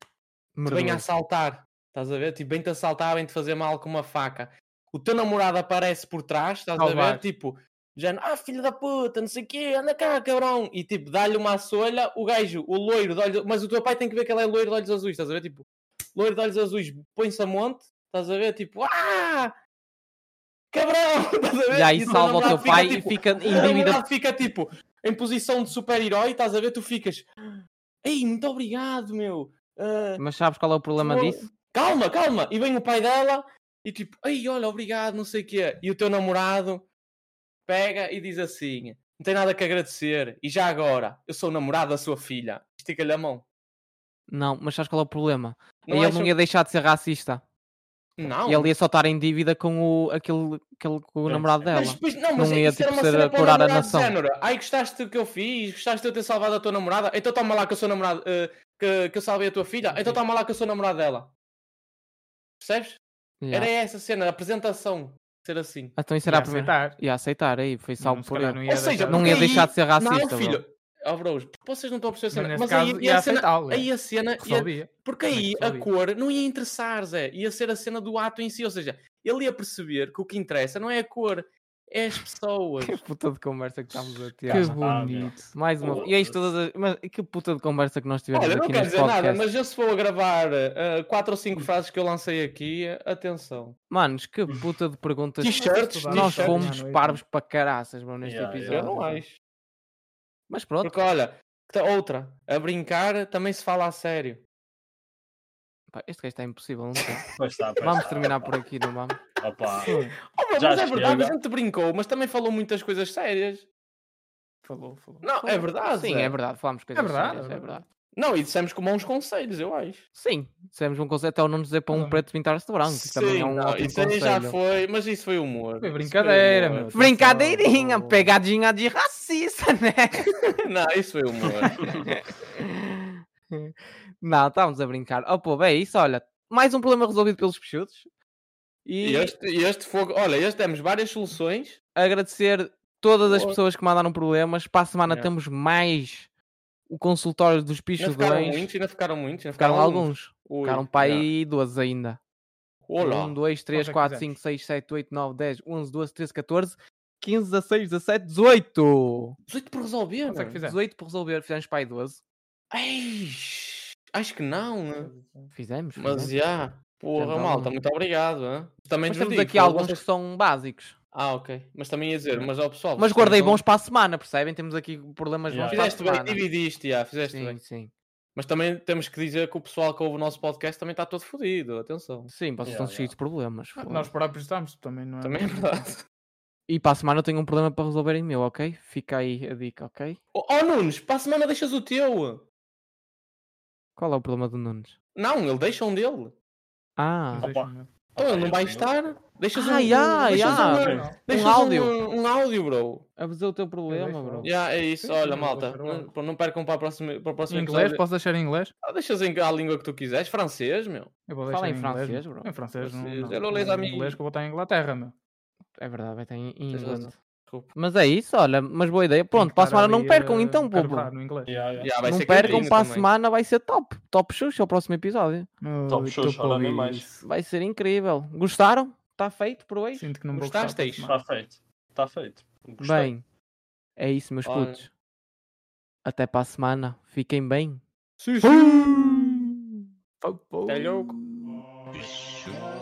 que venha a
Merdoso.
assaltar. Estás a ver? Tipo, bem-te assaltar, bem-te fazer mal com uma faca. O teu namorado aparece por trás, estás a
Salvar.
ver? Tipo, já, ah, filho da puta, não sei o quê, anda cá, cabrão. E tipo, dá-lhe uma solha, o gajo, o loiro de olhos... Mas o teu pai tem que ver que ele é loiro de olhos azuis, estás a ver? Tipo, loiro de olhos azuis, põe-se a monte, estás a ver? Tipo, ah! Cabrão! Estás a ver?
E aí
o teu
salva o teu
namorado fica,
pai e
tipo,
fica
o
em
teu
dívida.
namorado fica tipo em posição de super-herói, estás a ver? Tu ficas, ei, muito obrigado, meu. Ah,
Mas sabes qual é o problema
Pô,
disso?
calma, calma. E vem o pai dela e tipo, ei, olha, obrigado, não sei o quê. E o teu namorado pega e diz assim: não tem nada que agradecer. E já agora, eu sou o namorado da sua filha. Estica-lhe a mão.
Não, mas sabes qual é o problema?
Não
Aí ele
acham-
não ia deixar de ser racista.
Não.
E ele ia só estar em dívida com o, aquele, aquele, com o
Sim,
namorado
sim.
dela.
Mas, mas, não, mas
Não ia,
isso era
tipo,
uma
ser
cena
a
para o
curar a
namorado de
nação.
género. Ai, gostaste do que eu fiz? Gostaste de eu ter salvado a tua namorada? Então toma lá que eu sou namorado, eh, que, que eu salvei a tua filha? Então toma lá que eu sou namorado dela. Percebes?
Yeah.
Era essa cena, a apresentação. Ser assim.
Então isso
Ia
era a primeira.
aceitar.
Ia aceitar aí, foi salvo
Não, se
por
calhar
ele.
não ia
Ou seja,
deixar-
Não
porque
ia
aí-
deixar de ser racista,
Não,
bro.
filho. Oh, bros, vocês não estão a perceber a cena.
nesse
Mas
caso,
aí,
ia
aí a cena,
aceitá-lo, é.
aí a cena ia,
Resolvia.
porque
Mas
aí a
resolvia.
cor não ia interessar, Zé. Ia ser a cena do ato em si. Ou seja, ele ia perceber que o que interessa não é a cor, é as pessoas.
Que puta de conversa que estamos a ter.
Que
Ah, meu.
bonito.
Mais uma. E é isto todas as... Mas que puta de conversa que nós tivemos
Olha, não
aqui
quero
neste
dizer nada,
podcast.
mas eu se for a gravar uh, quatro ou cinco frases que eu lancei aqui, atenção.
Manos, que puta de perguntas.
T-shirts,
Nós
t-shirts.
fomos
à noite.
parvos para caraças, bro, neste
Yeah,
episódio.
Eu não acho.
Mas pronto.
Porque olha, ta- outra, a brincar também se fala a sério.
Pá, este gajo está impossível, não sei.
Pois está, pois
Vamos
está.
terminar por aqui, não vamos?
Opa.
Oh, meu,
Já
mas é verdade, a
chega.
gente brincou, mas também falou muitas coisas sérias.
Falou, falou.
Não, é verdade.
Sim,
Zé.
é verdade. Falámos coisas
É verdade,
sérias,
é
é
verdade.
verdade.
Não, e dissemos com bons conselhos, eu acho.
Sim, dissemos um conceito até o não dizer para um
Não.
preto pintar-se de branco. Isso também é um
não,
ótimo
isso aí já
conselho.
foi, mas isso foi humor.
Foi
Isso
brincadeira,
humor.
meu.
Brincadeirinha,
Só-
pegadinha de racista, né?
Não, isso foi humor.
Não, estávamos a brincar. Oh, pô, bem, isso, olha, mais um problema resolvido pelos peixudos.
E
E
este, e este fogo, olha, este demos várias soluções.
agradecer todas as
Boa.
pessoas que mandaram problemas. Para a semana
Yeah.
temos mais o consultório dos
Ainda
pichos
ficaram
dois.
muitos, ainda ficaram muitos. Ainda
Ficaram
alguns.
alguns.
Ui,
Ficaram para
já.
aí doze ainda.
Olá.
um, dois, três,
Quantos é que
quatro,
fizemos?
cinco, seis, sete, oito, nove, dez, onze, doze, treze, catorze, quinze, dezasseis, dezassete, dezoito.
dezoito por resolver,
Quantos é que
meu.
fizemos?
dezoito por resolver, fizemos para aí doze.
Ei, acho que não, né?
Fizemos,
Mas
fizemos.
já. Porra,
Fizemos
malta,
alguns.
muito obrigado. Hein? Também
Mas
vos
temos
digo,
aqui
fogo,
alguns
vocês-
que são básicos.
Ah, ok. Mas também ia dizer, mas ao pessoal.
Mas
vocês
guardei
também
bons para a semana, percebem? Temos aqui problemas
Yeah.
bons para a
Fizeste bem,
semana.
dividiste, já, fizeste
Sim,
bem.
sim.
Mas também temos que dizer que o pessoal que ouve o nosso podcast também está todo fodido, atenção.
Sim, vocês
Yeah,
estão cheios de problemas.
Ah,
foda.
Nós próprios estamos também, não é?
Também é verdade.
E para a semana eu tenho um problema para resolver em meu, ok? Fica aí a dica, ok?
Oh, oh Nunes, para a semana deixas o teu.
Qual é o problema do Nunes?
Não, ele deixa um dele.
Ah,
Mas deixa-me ver.
Então ele não
eu
vai
tenho-
estar. Deixas
Ah,
um,
ya,
deixas
ya.
um, deixas
áudio.
Um, um áudio, bro.
avisou o teu problema,
deixo
bro.
logo.
Já, é isso.
Sim,
Olha,
sim,
malta.
vou fazer logo.
Não, não percam para, a próxima, para o
Em
próximo
inglês?
episódio.
Posso deixar em inglês?
Ah, deixas em a língua que tu quiseres. Francês, meu.
Eu vou
Fala
deixar
em
em inglês,
francês,
meu.
bro.
Em francês, não.
Francês.
não.
Eu não leio
Em
a mim.
inglês que eu vou estar em Inglaterra, meu.
É verdade, vai estar em em
Tens
inglês.
razão. Desculpa.
Mas é isso, olha, mas boa ideia.
Tenho
Pronto,
que
para a
estar
semana não
ali,
percam
eh,
então, povo.
carbar no inglês.
Yeah, yeah.
Já, vai
Não
ser
percam,
cantinho
para a
também.
semana vai ser top. Top Xuxa o próximo episódio.
Top
Ai,
Xuxa,
tô
ora, nem
Covid.
mais.
Vai ser incrível. Gostaram? Está feito por hoje?
Sinto que não vou gostar para a
Gostasteis?
semana.
Está feito. Está feito. Gostei.
Bem, é isso, meus
Olha.
putos. Até para a semana. Fiquem bem.
Sim,
Pau, pau.
Até logo.
Bicho.